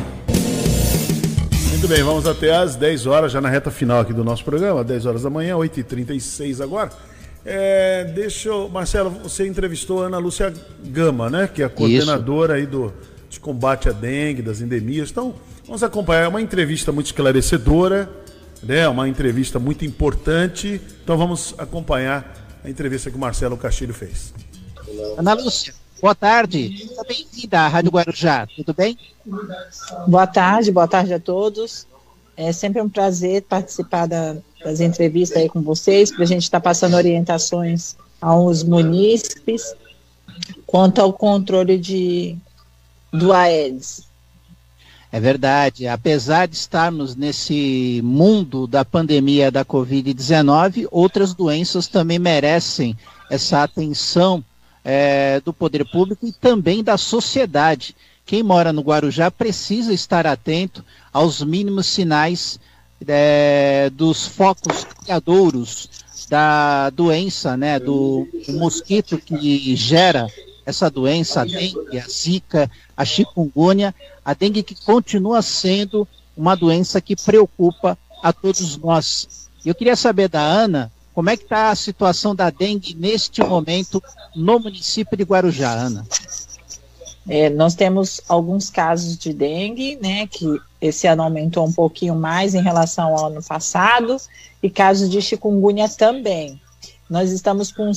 Muito bem, vamos até às 10 horas, já na reta final aqui do nosso programa, 10 horas da manhã, 8h36 agora. Marcelo, você entrevistou a Ana Lúcia Gama, né? Que é a coordenadora aí de combate à dengue, das endemias. Então, vamos acompanhar uma entrevista muito esclarecedora, né? Uma entrevista muito importante. Então, vamos acompanhar a entrevista que o Marcelo Castilho fez. Ana Lúcia, boa tarde. Seja bem-vinda à Rádio Guarujá, tudo bem? Boa tarde a todos. É sempre um prazer participar das entrevistas aí com vocês, para a gente estar passando orientações aos munícipes quanto ao controle do Aedes. É verdade, apesar de estarmos nesse mundo da pandemia da Covid-19, outras doenças também merecem essa atenção do poder público e também da sociedade. Quem mora no Guarujá precisa estar atento aos mínimos sinais dos focos criadouros da doença, né, do mosquito que gera essa doença, a dengue, a zika, a chikungunya, a dengue que continua sendo uma doença que preocupa a todos nós. Eu queria saber da Ana, como é que está a situação da dengue neste momento no município de Guarujá, Ana? Nós temos alguns casos de dengue, né, que esse ano aumentou um pouquinho mais em relação ao ano passado, e casos de chikungunya também. Nós estamos com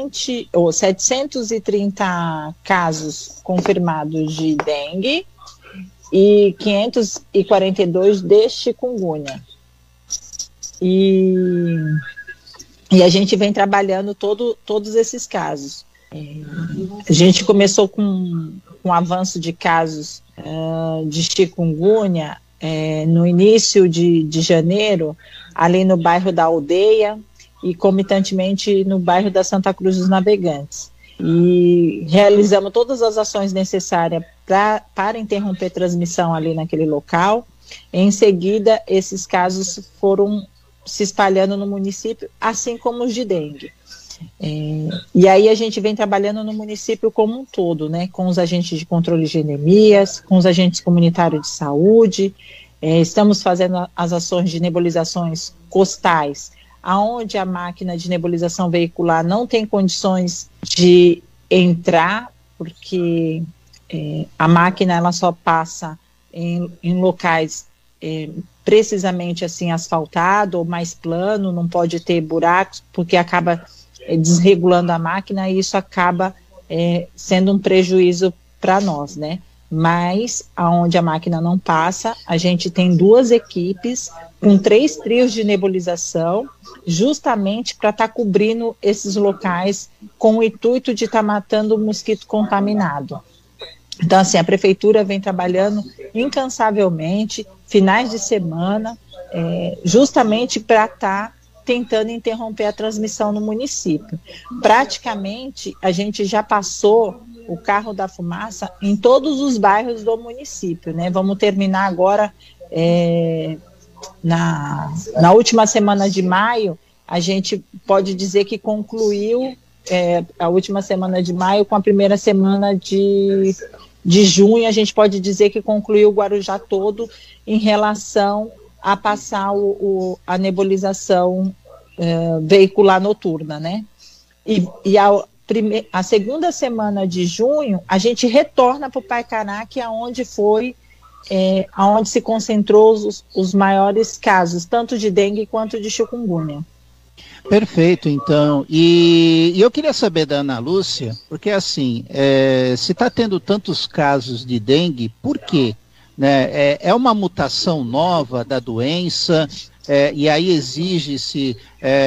730 casos confirmados de dengue e 542 de chikungunya. E a gente vem trabalhando todos esses casos. A gente começou com um avanço de casos de chikungunya no início de janeiro, ali no bairro da Aldeia e comitantemente no bairro da Santa Cruz dos Navegantes. E realizamos todas as ações necessárias para interromper a transmissão ali naquele local. Em seguida, esses casos foram se espalhando no município, assim como os de dengue. E aí a gente vem trabalhando no município como um todo, né, com os agentes de controle de endemias, com os agentes comunitários de saúde, estamos fazendo as ações de nebulizações costais, aonde a máquina de nebulização veicular não tem condições de entrar, porque a máquina ela só passa em locais precisamente assim asfaltado ou mais plano, não pode ter buracos, porque acaba desregulando a máquina e isso acaba sendo um prejuízo para nós, né? Mas aonde a máquina não passa, a gente tem 2 equipes com 3 trios de nebulização, justamente para estar cobrindo esses locais com o intuito de estar matando o mosquito contaminado. Então, assim, a prefeitura vem trabalhando incansavelmente, finais de semana, justamente para estar tentando interromper a transmissão no município. Praticamente, a gente já passou o carro da fumaça em todos os bairros do município, né? Vamos terminar agora, na última semana de maio, a gente pode dizer que concluiu a última semana de maio com a primeira semana de junho, a gente pode dizer que concluiu o Guarujá todo em relação a passar a nebulização veicular noturna, né? E a segunda semana de junho, a gente retorna para o Paicará, que é onde onde se concentrou os maiores casos, tanto de dengue quanto de chikungunya. Perfeito, então. E eu queria saber da Ana Lúcia, porque assim, se está tendo tantos casos de dengue, por quê? Né? É uma mutação nova da doença, e aí exige-se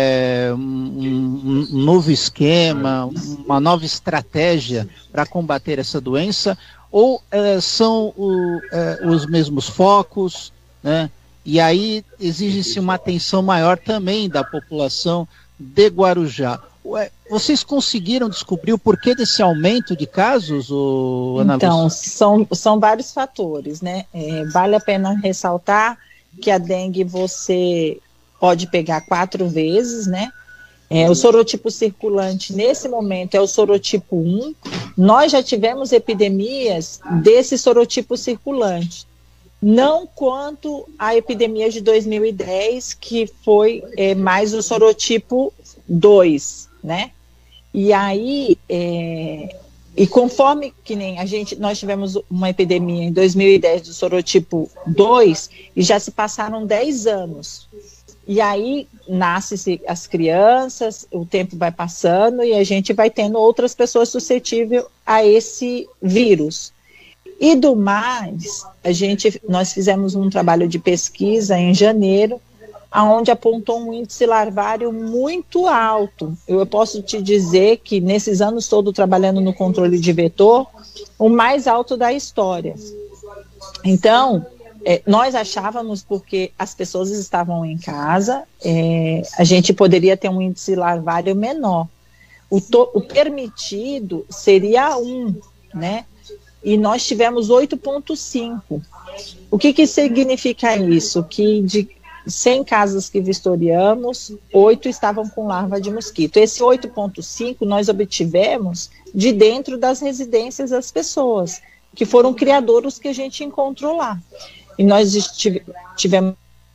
um novo esquema, uma nova estratégia para combater essa doença, ou são os mesmos focos, né? E aí exige-se uma atenção maior também da população de Guarujá. Vocês conseguiram descobrir o porquê desse aumento de casos, Ana Lúcia? Então, são vários fatores, né? Vale a pena ressaltar que a dengue você pode pegar 4 vezes, né? O sorotipo circulante, nesse momento, é o sorotipo 1. Nós já tivemos epidemias desse sorotipo circulante. Não quanto a epidemia de 2010, que foi mais o sorotipo 2, né? E aí, e conforme que nem nós tivemos uma epidemia em 2010 do sorotipo 2, e já se passaram 10 anos. E aí, nascem as crianças, o tempo vai passando e a gente vai tendo outras pessoas suscetíveis a esse vírus. E do mais, nós fizemos um trabalho de pesquisa em janeiro, onde apontou um índice larvário muito alto. Eu posso te dizer que nesses anos todos trabalhando no controle de vetor, o mais alto da história. Então, nós achávamos, porque as pessoas estavam em casa, a gente poderia ter um índice larvário menor. O permitido seria 1, né? E nós tivemos 8,5. O que significa isso? Que de 100 casas que vistoriamos, 8 estavam com larva de mosquito. Esse 8,5 nós obtivemos de dentro das residências das pessoas, que foram criadouros que a gente encontrou lá. E nós tivemos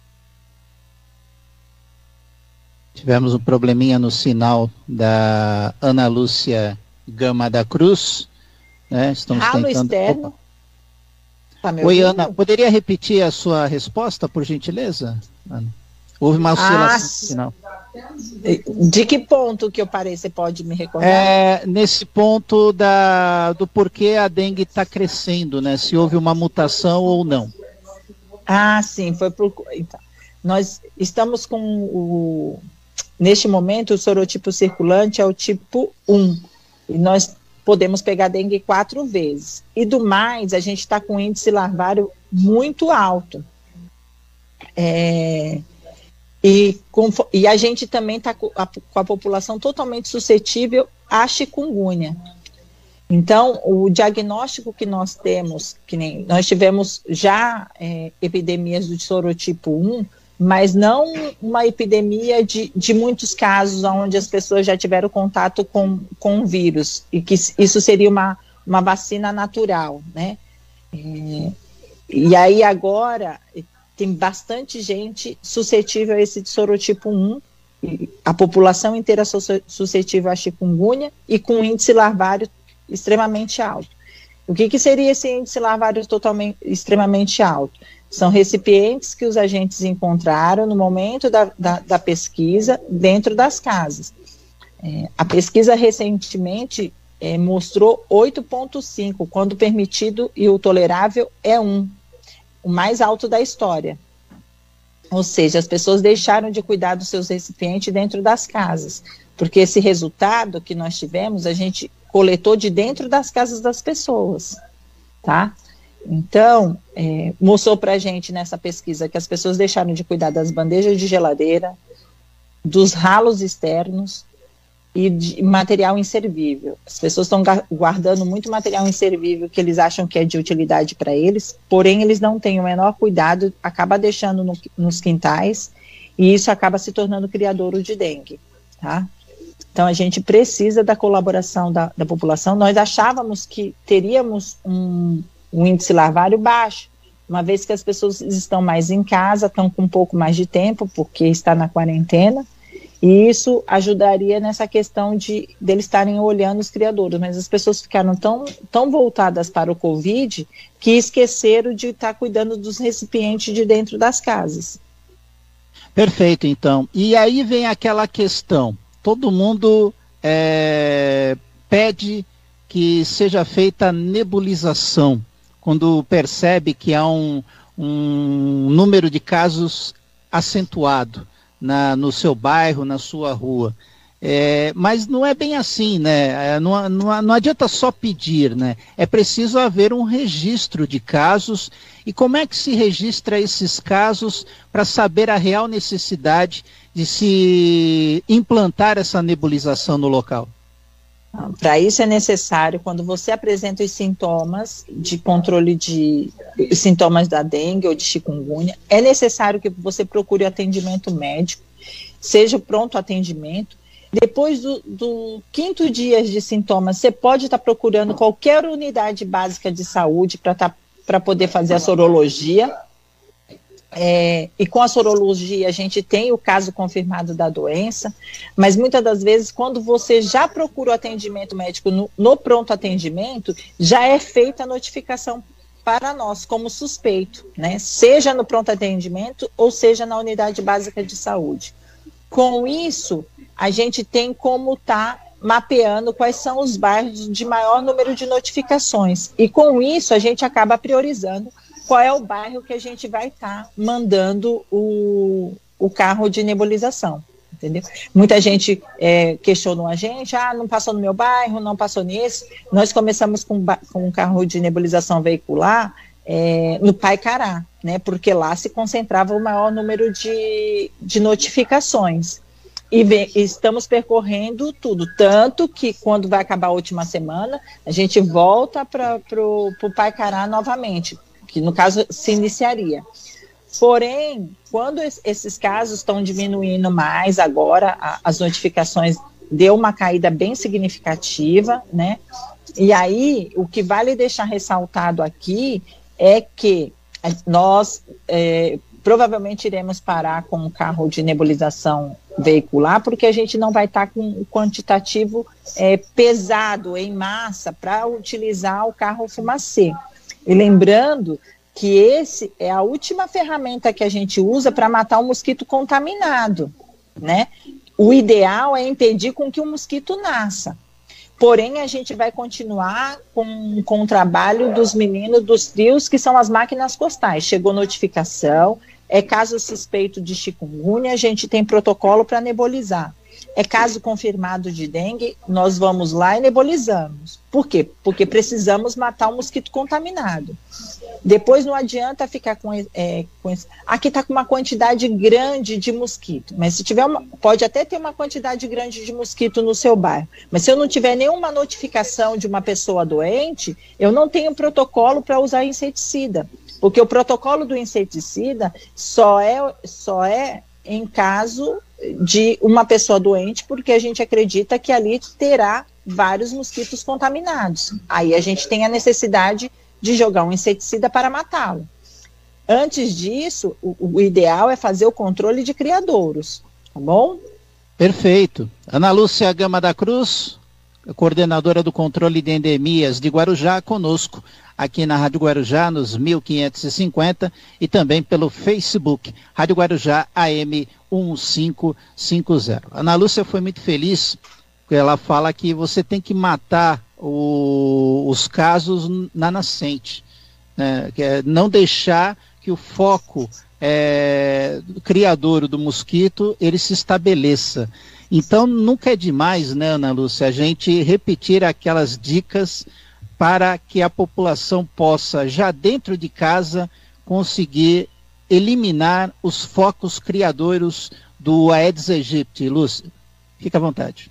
um probleminha no sinal da Ana Lúcia Gama da Cruz, né? Estamos ralo tentando... externo. Tá me Oi, ouvindo? Ana, poderia repetir a sua resposta, por gentileza, Ana? Houve uma oscilação no sinal. De que ponto que eu parei? Você pode me recordar? Nesse ponto do porquê a dengue está crescendo, né? Se houve uma mutação ou não. Sim, foi por... Então, nós estamos com neste momento, o sorotipo circulante é o tipo 1. E nós podemos pegar dengue 4 vezes. E do mais, a gente está com um índice larvário muito alto. E a gente também está com a população totalmente suscetível à chikungunya. Então, o diagnóstico que nós temos, que nem nós tivemos já epidemias do sorotipo 1, mas não uma epidemia de muitos casos onde as pessoas já tiveram contato com o vírus, e que isso seria uma vacina natural, né? E aí agora tem bastante gente suscetível a esse sorotipo 1, a população inteira suscetível à chikungunya e com um índice larvário extremamente alto. O que seria esse índice larvário extremamente alto? São recipientes que os agentes encontraram no momento da pesquisa dentro das casas. A pesquisa recentemente mostrou 8,5, quando o permitido e o tolerável é 1, o mais alto da história. Ou seja, as pessoas deixaram de cuidar dos seus recipientes dentro das casas, porque esse resultado que nós tivemos, a gente coletou de dentro das casas das pessoas, tá? Então, mostrou pra gente nessa pesquisa que as pessoas deixaram de cuidar das bandejas de geladeira, dos ralos externos e de material inservível. As pessoas estão guardando muito material inservível que eles acham que é de utilidade para eles, porém eles não têm o menor cuidado, acaba deixando nos quintais, e isso acaba se tornando criadouro de dengue, tá? Então, a gente precisa da colaboração da população. Nós achávamos que teríamos um índice larvário baixo, uma vez que as pessoas estão mais em casa, estão com um pouco mais de tempo, porque está na quarentena, e isso ajudaria nessa questão deles estarem olhando os criadouros, mas as pessoas ficaram tão voltadas para o Covid, que esqueceram de estar cuidando dos recipientes de dentro das casas. Perfeito, então. E aí vem aquela questão, todo mundo pede que seja feita a nebulização, quando percebe que há um número de casos acentuado no seu bairro, na sua rua. Mas não é bem assim, né? Não adianta só pedir, né? É preciso haver um registro de casos. E como é que se registra esses casos para saber a real necessidade de se implantar essa nebulização no local? Para isso é necessário, quando você apresenta os sintomas de controle os sintomas da dengue ou de chikungunya, é necessário que você procure atendimento médico, seja o pronto atendimento. Depois do 5º dia de sintomas, você pode estar procurando qualquer unidade básica de saúde para poder fazer a sorologia. E com a sorologia a gente tem o caso confirmado da doença, mas muitas das vezes quando você já procura o atendimento médico no pronto atendimento, já é feita a notificação para nós como suspeito, né? Seja no pronto atendimento ou seja na unidade básica de saúde. Com isso, a gente tem como mapeando quais são os bairros de maior número de notificações, e com isso a gente acaba priorizando qual é o bairro que a gente vai estar mandando o carro de nebulização, entendeu? Muita gente questionou a gente, não passou no meu bairro, não passou nesse. Nós começamos com um carro de nebulização veicular no Paicará, né? Porque lá se concentrava o maior número de notificações. estamos percorrendo tudo, tanto que quando vai acabar a última semana, a gente volta para o Paicará novamente, que no caso se iniciaria. Porém, quando esses casos estão diminuindo mais agora, as notificações deu uma caída bem significativa, né? E aí, o que vale deixar ressaltado aqui é que nós provavelmente iremos parar com um carro de nebulização veicular, porque a gente não vai estar com um quantitativo pesado em massa para utilizar o carro fumacê. E lembrando que esse é a última ferramenta que a gente usa para matar um mosquito contaminado, né? O ideal é impedir com que o mosquito nasça. Porém, a gente vai continuar com o trabalho dos meninos dos trios, que são as máquinas costais. Chegou notificação, caso suspeito de chikungunya, a gente tem protocolo para nebulizar. Caso confirmado de dengue, nós vamos lá e nebulizamos. Por quê? Porque precisamos matar o mosquito contaminado. Depois não adianta ficar com aqui está com uma quantidade grande de mosquito, mas se tiver pode até ter uma quantidade grande de mosquito no seu bairro, mas se eu não tiver nenhuma notificação de uma pessoa doente, eu não tenho protocolo para usar inseticida, porque o protocolo do inseticida só é em caso de uma pessoa doente, porque a gente acredita que ali terá vários mosquitos contaminados. Aí a gente tem a necessidade de jogar um inseticida para matá-lo. Antes disso, o ideal é fazer o controle de criadouros, tá bom? Perfeito. Ana Lúcia Gama da Cruz, coordenadora do controle de endemias de Guarujá, conosco aqui na Rádio Guarujá, nos 1550, e também pelo Facebook, Rádio Guarujá AM 1550. Ana Lúcia foi muito feliz, porque ela fala que você tem que matar os casos na nascente, né? Que é não deixar que o foco criadouro do mosquito ele se estabeleça. Então nunca é demais, né, Ana Lúcia, a gente repetir aquelas dicas para que a população possa, já dentro de casa, conseguir eliminar os focos criadouros do Aedes aegypti. Lúcia, fica à vontade.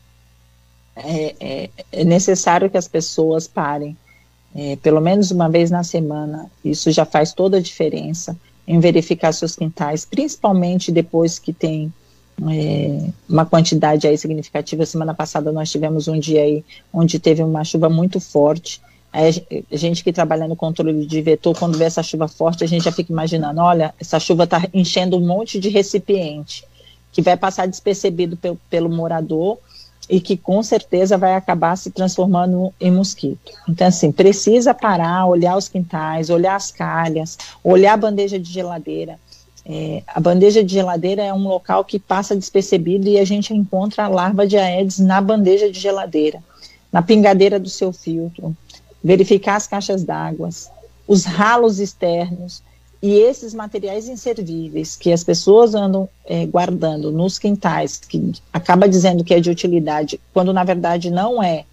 É necessário que as pessoas parem, pelo menos uma vez na semana. Isso já faz toda a diferença em verificar seus quintais, principalmente depois que tem uma quantidade aí significativa. Semana passada nós tivemos um dia aí onde teve uma chuva muito forte. Aí a gente que trabalha no controle de vetor, quando vê essa chuva forte, a gente já fica imaginando, olha, essa chuva está enchendo um monte de recipiente, que vai passar despercebido pelo morador, e que com certeza vai acabar se transformando em mosquito. Então, assim, precisa parar, olhar os quintais, olhar as calhas, olhar a bandeja de geladeira. A bandeja de geladeira é um local que passa despercebido e a gente encontra a larva de Aedes na bandeja de geladeira, na pingadeira do seu filtro, verificar as caixas d'água, os ralos externos, e esses materiais inservíveis que as pessoas andam guardando nos quintais, que acaba dizendo que é de utilidade, quando na verdade não é,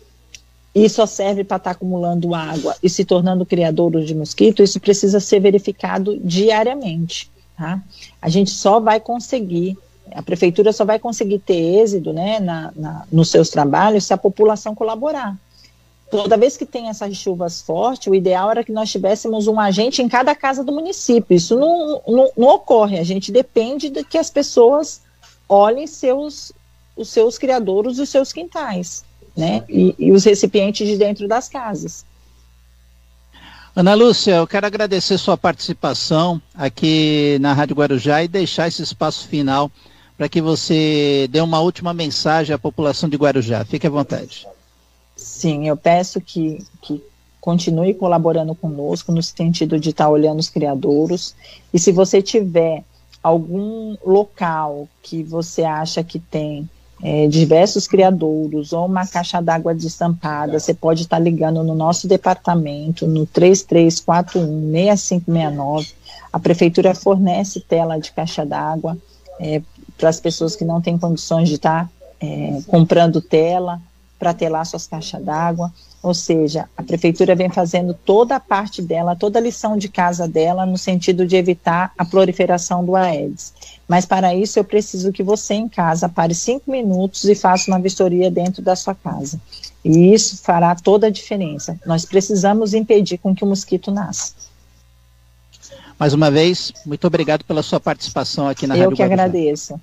e só serve para estar acumulando água e se tornando criadouro de mosquito, isso precisa ser verificado diariamente, tá? A gente só vai conseguir, a prefeitura só vai conseguir ter êxito, né, nos seus trabalhos se a população colaborar. Toda vez que tem essas chuvas fortes, o ideal era que nós tivéssemos um agente em cada casa do município. Isso não ocorre, a gente depende de que as pessoas olhem os seus criadouros e os seus quintais, né? E os recipientes de dentro das casas. Ana Lúcia, eu quero agradecer sua participação aqui na Rádio Guarujá e deixar esse espaço final para que você dê uma última mensagem à população de Guarujá. Fique à vontade. Sim, eu peço que continue colaborando conosco no sentido de estar olhando os criadouros, e se você tiver algum local que você acha que tem diversos criadouros ou uma caixa d'água destampada, você pode estar ligando no nosso departamento, no 3341-6569, a prefeitura fornece tela de caixa d'água para as pessoas que não têm condições de estar comprando tela. para ter lá suas caixas d'água. Ou seja, a prefeitura vem fazendo toda a parte dela, toda a lição de casa dela, no sentido de evitar a proliferação do Aedes. Mas para isso eu preciso que você em casa pare 5 minutos e faça uma vistoria dentro da sua casa. E isso fará toda a diferença. Nós precisamos impedir com que o mosquito nasça. Mais uma vez, muito obrigado pela sua participação aqui na Rádio Guarujá. Eu que agradeço.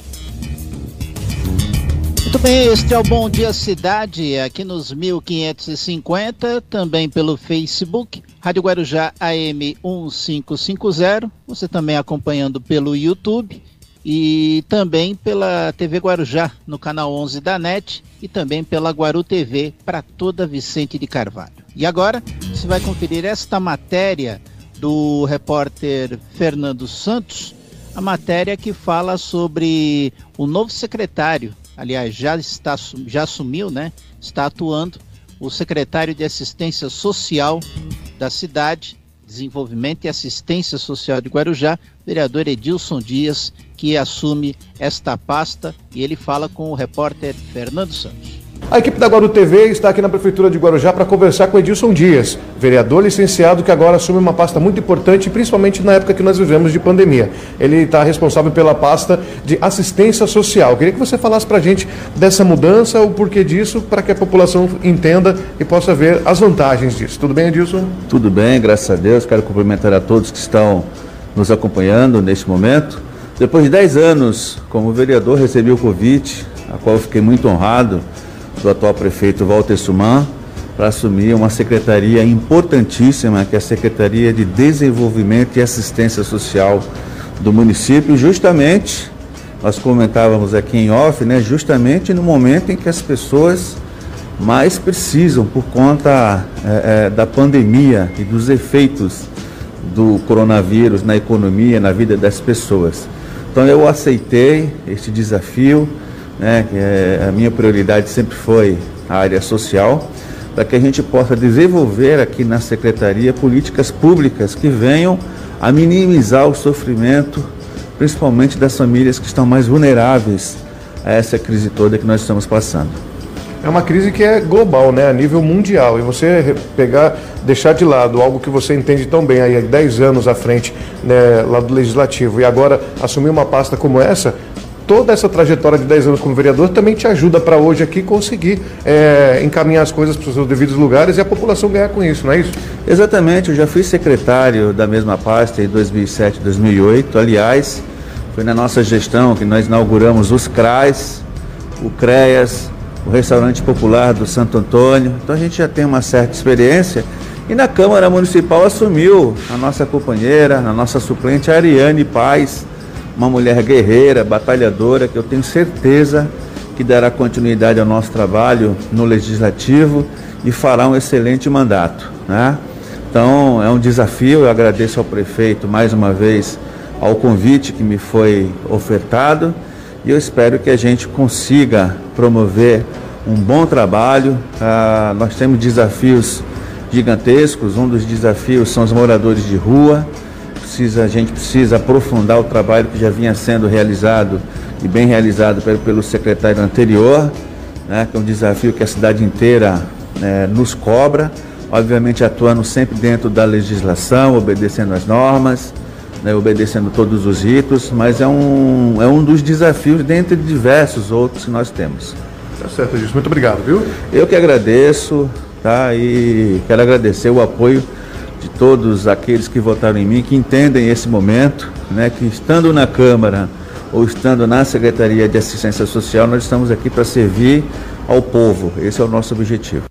Muito bem, este é o Bom Dia Cidade, aqui nos 1550, também pelo Facebook, Rádio Guarujá AM 1550, você também acompanhando pelo YouTube e também pela TV Guarujá, no canal 11 da NET e também pela Guaru TV para toda Vicente de Carvalho. E agora, você vai conferir esta matéria do repórter Fernando Santos, a matéria que fala sobre o novo secretário. Aliás, já assumiu, né? Está atuando o secretário de Assistência Social da cidade, Desenvolvimento e Assistência Social de Guarujá, vereador Edilson Dias, que assume esta pasta, e ele fala com o repórter Fernando Santos. A equipe da Guaru TV está aqui na Prefeitura de Guarujá para conversar com Edilson Dias, vereador licenciado que agora assume uma pasta muito importante, principalmente na época que nós vivemos de pandemia. Ele está responsável pela pasta de assistência social. Queria que você falasse para a gente dessa mudança, o porquê disso, para que a população entenda e possa ver as vantagens disso. Tudo bem, Edilson? Tudo bem, graças a Deus. Quero cumprimentar a todos que estão nos acompanhando neste momento. Depois de 10 anos como vereador, recebi o convite, a qual eu fiquei muito honrado, do atual prefeito Walter Suman, para assumir uma secretaria importantíssima, que é a Secretaria de Desenvolvimento e Assistência Social do município. Justamente, nós comentávamos aqui em off, né, justamente no momento em que as pessoas mais precisam, por conta da pandemia e dos efeitos do coronavírus na economia, na vida das pessoas. Então eu aceitei este desafio, né, a minha prioridade sempre foi a área social, para que a gente possa desenvolver aqui na Secretaria políticas públicas que venham a minimizar o sofrimento, principalmente das famílias que estão mais vulneráveis a essa crise toda que nós estamos passando. É uma crise que é global, né, a nível mundial, e você deixar de lado algo que você entende tão bem aí há 10 anos à frente, né, lá do Legislativo, e agora assumir uma pasta como essa, toda essa trajetória de 10 anos como vereador também te ajuda para hoje aqui conseguir encaminhar as coisas para os seus devidos lugares e a população ganhar com isso, não é isso? Exatamente, eu já fui secretário da mesma pasta em 2007, 2008, aliás, foi na nossa gestão que nós inauguramos os CRAs, o CREAS, o Restaurante Popular do Santo Antônio, então a gente já tem uma certa experiência, e na Câmara Municipal assumiu a nossa companheira, a nossa suplente, a Ariane Paz, uma mulher guerreira, batalhadora, que eu tenho certeza que dará continuidade ao nosso trabalho no Legislativo e fará um excelente mandato, né? Então é um desafio, eu agradeço ao prefeito mais uma vez ao convite que me foi ofertado e eu espero que a gente consiga promover um bom trabalho. Nós temos desafios gigantescos, um dos desafios são os moradores de rua. A gente precisa aprofundar o trabalho que já vinha sendo realizado e bem realizado pelo secretário anterior, né, que é um desafio que a cidade inteira nos cobra, obviamente atuando sempre dentro da legislação, obedecendo as normas, né, obedecendo todos os ritos, mas é um dos desafios dentre diversos outros que nós temos. Tá certo, Edilson. Muito obrigado, viu? Eu que agradeço, tá? E quero agradecer o apoio de todos aqueles que votaram em mim, que entendem esse momento, né, que estando na Câmara ou estando na Secretaria de Assistência Social, nós estamos aqui para servir ao povo. Esse é o nosso objetivo.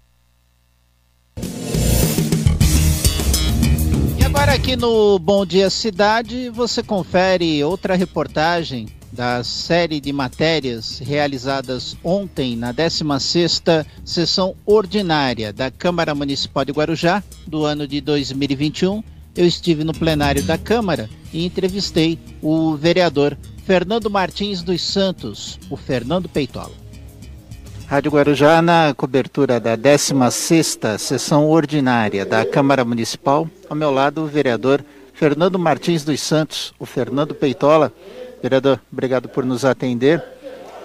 E agora aqui no Bom Dia Cidade, você confere outra reportagem da série de matérias realizadas ontem na 16ª sessão ordinária da Câmara Municipal de Guarujá do ano de 2021. Eu estive no plenário da Câmara e entrevistei o vereador Fernando Martins dos Santos, o Fernando Peitola. Rádio Guarujá na cobertura da 16ª sessão ordinária da Câmara Municipal. Ao meu lado o vereador Fernando Martins dos Santos, o Fernando Peitola. Vereador, obrigado por nos atender.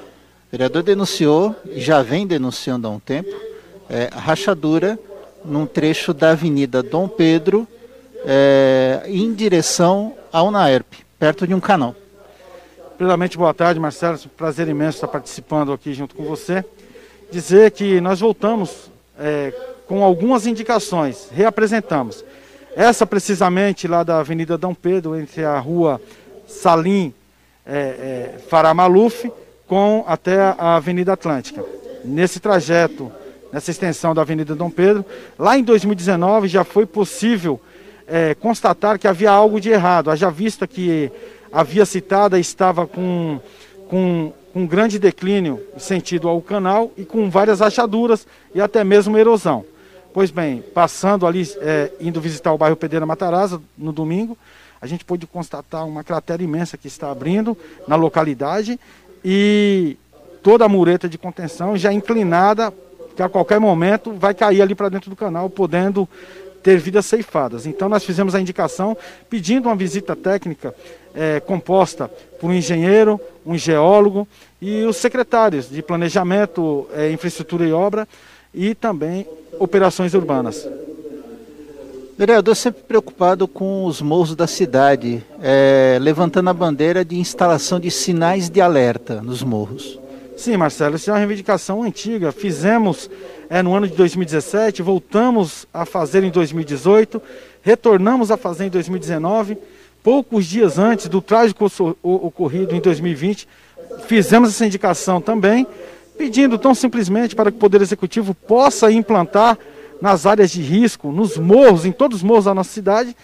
O vereador denunciou, e já vem denunciando há um tempo, rachadura num trecho da Avenida Dom Pedro, em direção ao Unaerp, perto de um canal. Primeiramente, boa tarde, Marcelo. Prazer imenso estar participando aqui junto com você. Dizer que nós voltamos com algumas indicações, reapresentamos. Essa precisamente lá da Avenida Dom Pedro, entre a rua Salim Farah Maluf, com até a Avenida Atlântica. Nesse trajeto, nessa extensão da Avenida Dom Pedro, lá em 2019 já foi possível constatar que havia algo de errado, haja vista que a via citada estava com grande declínio em sentido ao canal e com várias rachaduras e até mesmo erosão. Pois bem, passando ali, indo visitar o bairro Pedreira Matarazzo no domingo, a gente pôde constatar uma cratera imensa que está abrindo na localidade e toda a mureta de contenção já inclinada, que a qualquer momento vai cair ali para dentro do canal, podendo ter vidas ceifadas. Então nós fizemos a indicação pedindo uma visita técnica composta por um engenheiro, um geólogo e os secretários de Planejamento, Infraestrutura e Obra e também Operações Urbanas. Vereador, sempre preocupado com os morros da cidade, levantando a bandeira de instalação de sinais de alerta nos morros. Sim, Marcelo, isso é uma reivindicação antiga. Fizemos no ano de 2017, voltamos a fazer em 2018, retornamos a fazer em 2019, poucos dias antes do trágico ocorrido em 2020, fizemos essa indicação também, pedindo tão simplesmente para que o Poder Executivo possa implantar nas áreas de risco, nos morros, em todos os morros da nossa cidade,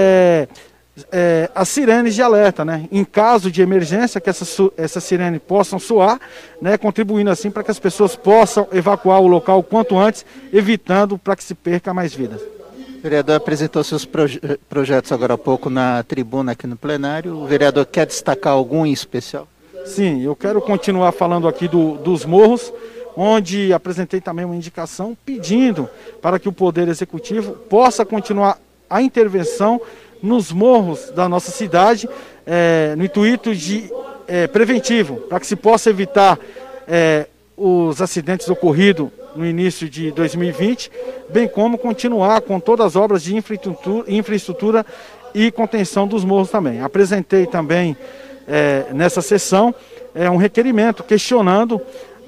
as sirenes de alerta, né? Em caso de emergência, que essas sirenes possam soar, né? Contribuindo assim para que as pessoas possam evacuar o local o quanto antes, evitando para que se perca mais vidas. O vereador apresentou seus projetos agora há pouco na tribuna aqui no plenário. O vereador quer destacar algum em especial? Sim, eu quero continuar falando aqui dos morros, onde apresentei também uma indicação pedindo para que o Poder Executivo possa continuar a intervenção nos morros da nossa cidade, no intuito de preventivo, para que se possa evitar os acidentes ocorridos no início de 2020, bem como continuar com todas as obras de infraestrutura e contenção dos morros também. Apresentei também nessa sessão um requerimento questionando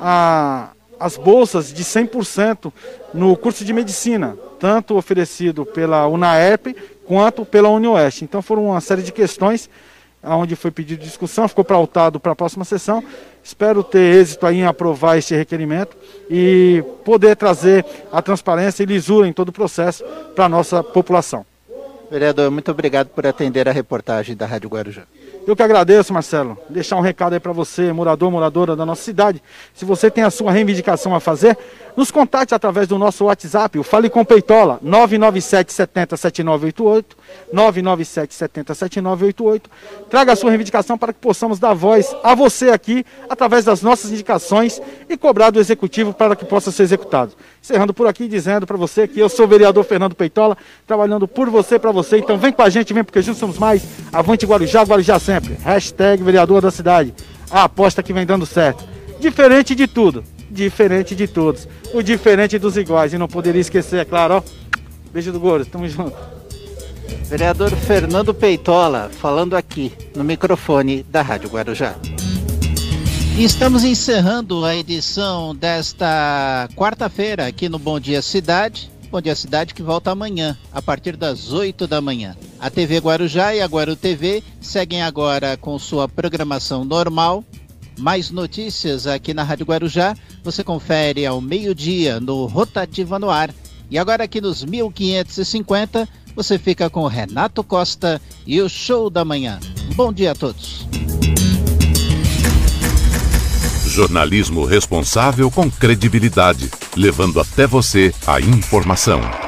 as bolsas de 100% no curso de medicina, tanto oferecido pela Unaerp quanto pela UniOeste. Então foram uma série de questões onde foi pedido discussão, ficou pautado para a próxima sessão. Espero ter êxito aí em aprovar este requerimento e poder trazer a transparência e lisura em todo o processo para a nossa população. Vereador, muito obrigado por atender a reportagem da Rádio Guarujá. Eu que agradeço, Marcelo. Deixar um recado aí para você, morador, moradora da nossa cidade. Se você tem a sua reivindicação a fazer, nos contate através do nosso WhatsApp, o Fale com Peitola, 997 70 7988, 997 70 7988. Traga a sua reivindicação para que possamos dar voz a você aqui, através das nossas indicações e cobrar do Executivo para que possa ser executado. Encerrando por aqui, dizendo para você que eu sou o vereador Fernando Peitola, trabalhando por você, para você. Então vem com a gente, vem porque juntos somos mais. Avante Guarujá, Guarujá sempre. Hashtag vereador da cidade. A aposta que vem dando certo. Diferente de tudo, diferente de todos. O diferente dos iguais. E não poderia esquecer, é claro, ó. Beijo do gordo, tamo junto. Vereador Fernando Peitola, falando aqui no microfone da Rádio Guarujá. E estamos encerrando a edição desta quarta-feira aqui no Bom Dia Cidade. Bom Dia Cidade que volta amanhã, a partir das 8 da manhã. A TV Guarujá e a Guaru TV seguem agora com sua programação normal. Mais notícias aqui na Rádio Guarujá, você confere ao meio-dia no Rotativa no Ar. E agora aqui nos 1550, você fica com Renato Costa e o Show da Manhã. Bom dia a todos. Jornalismo responsável com credibilidade, levando até você a informação.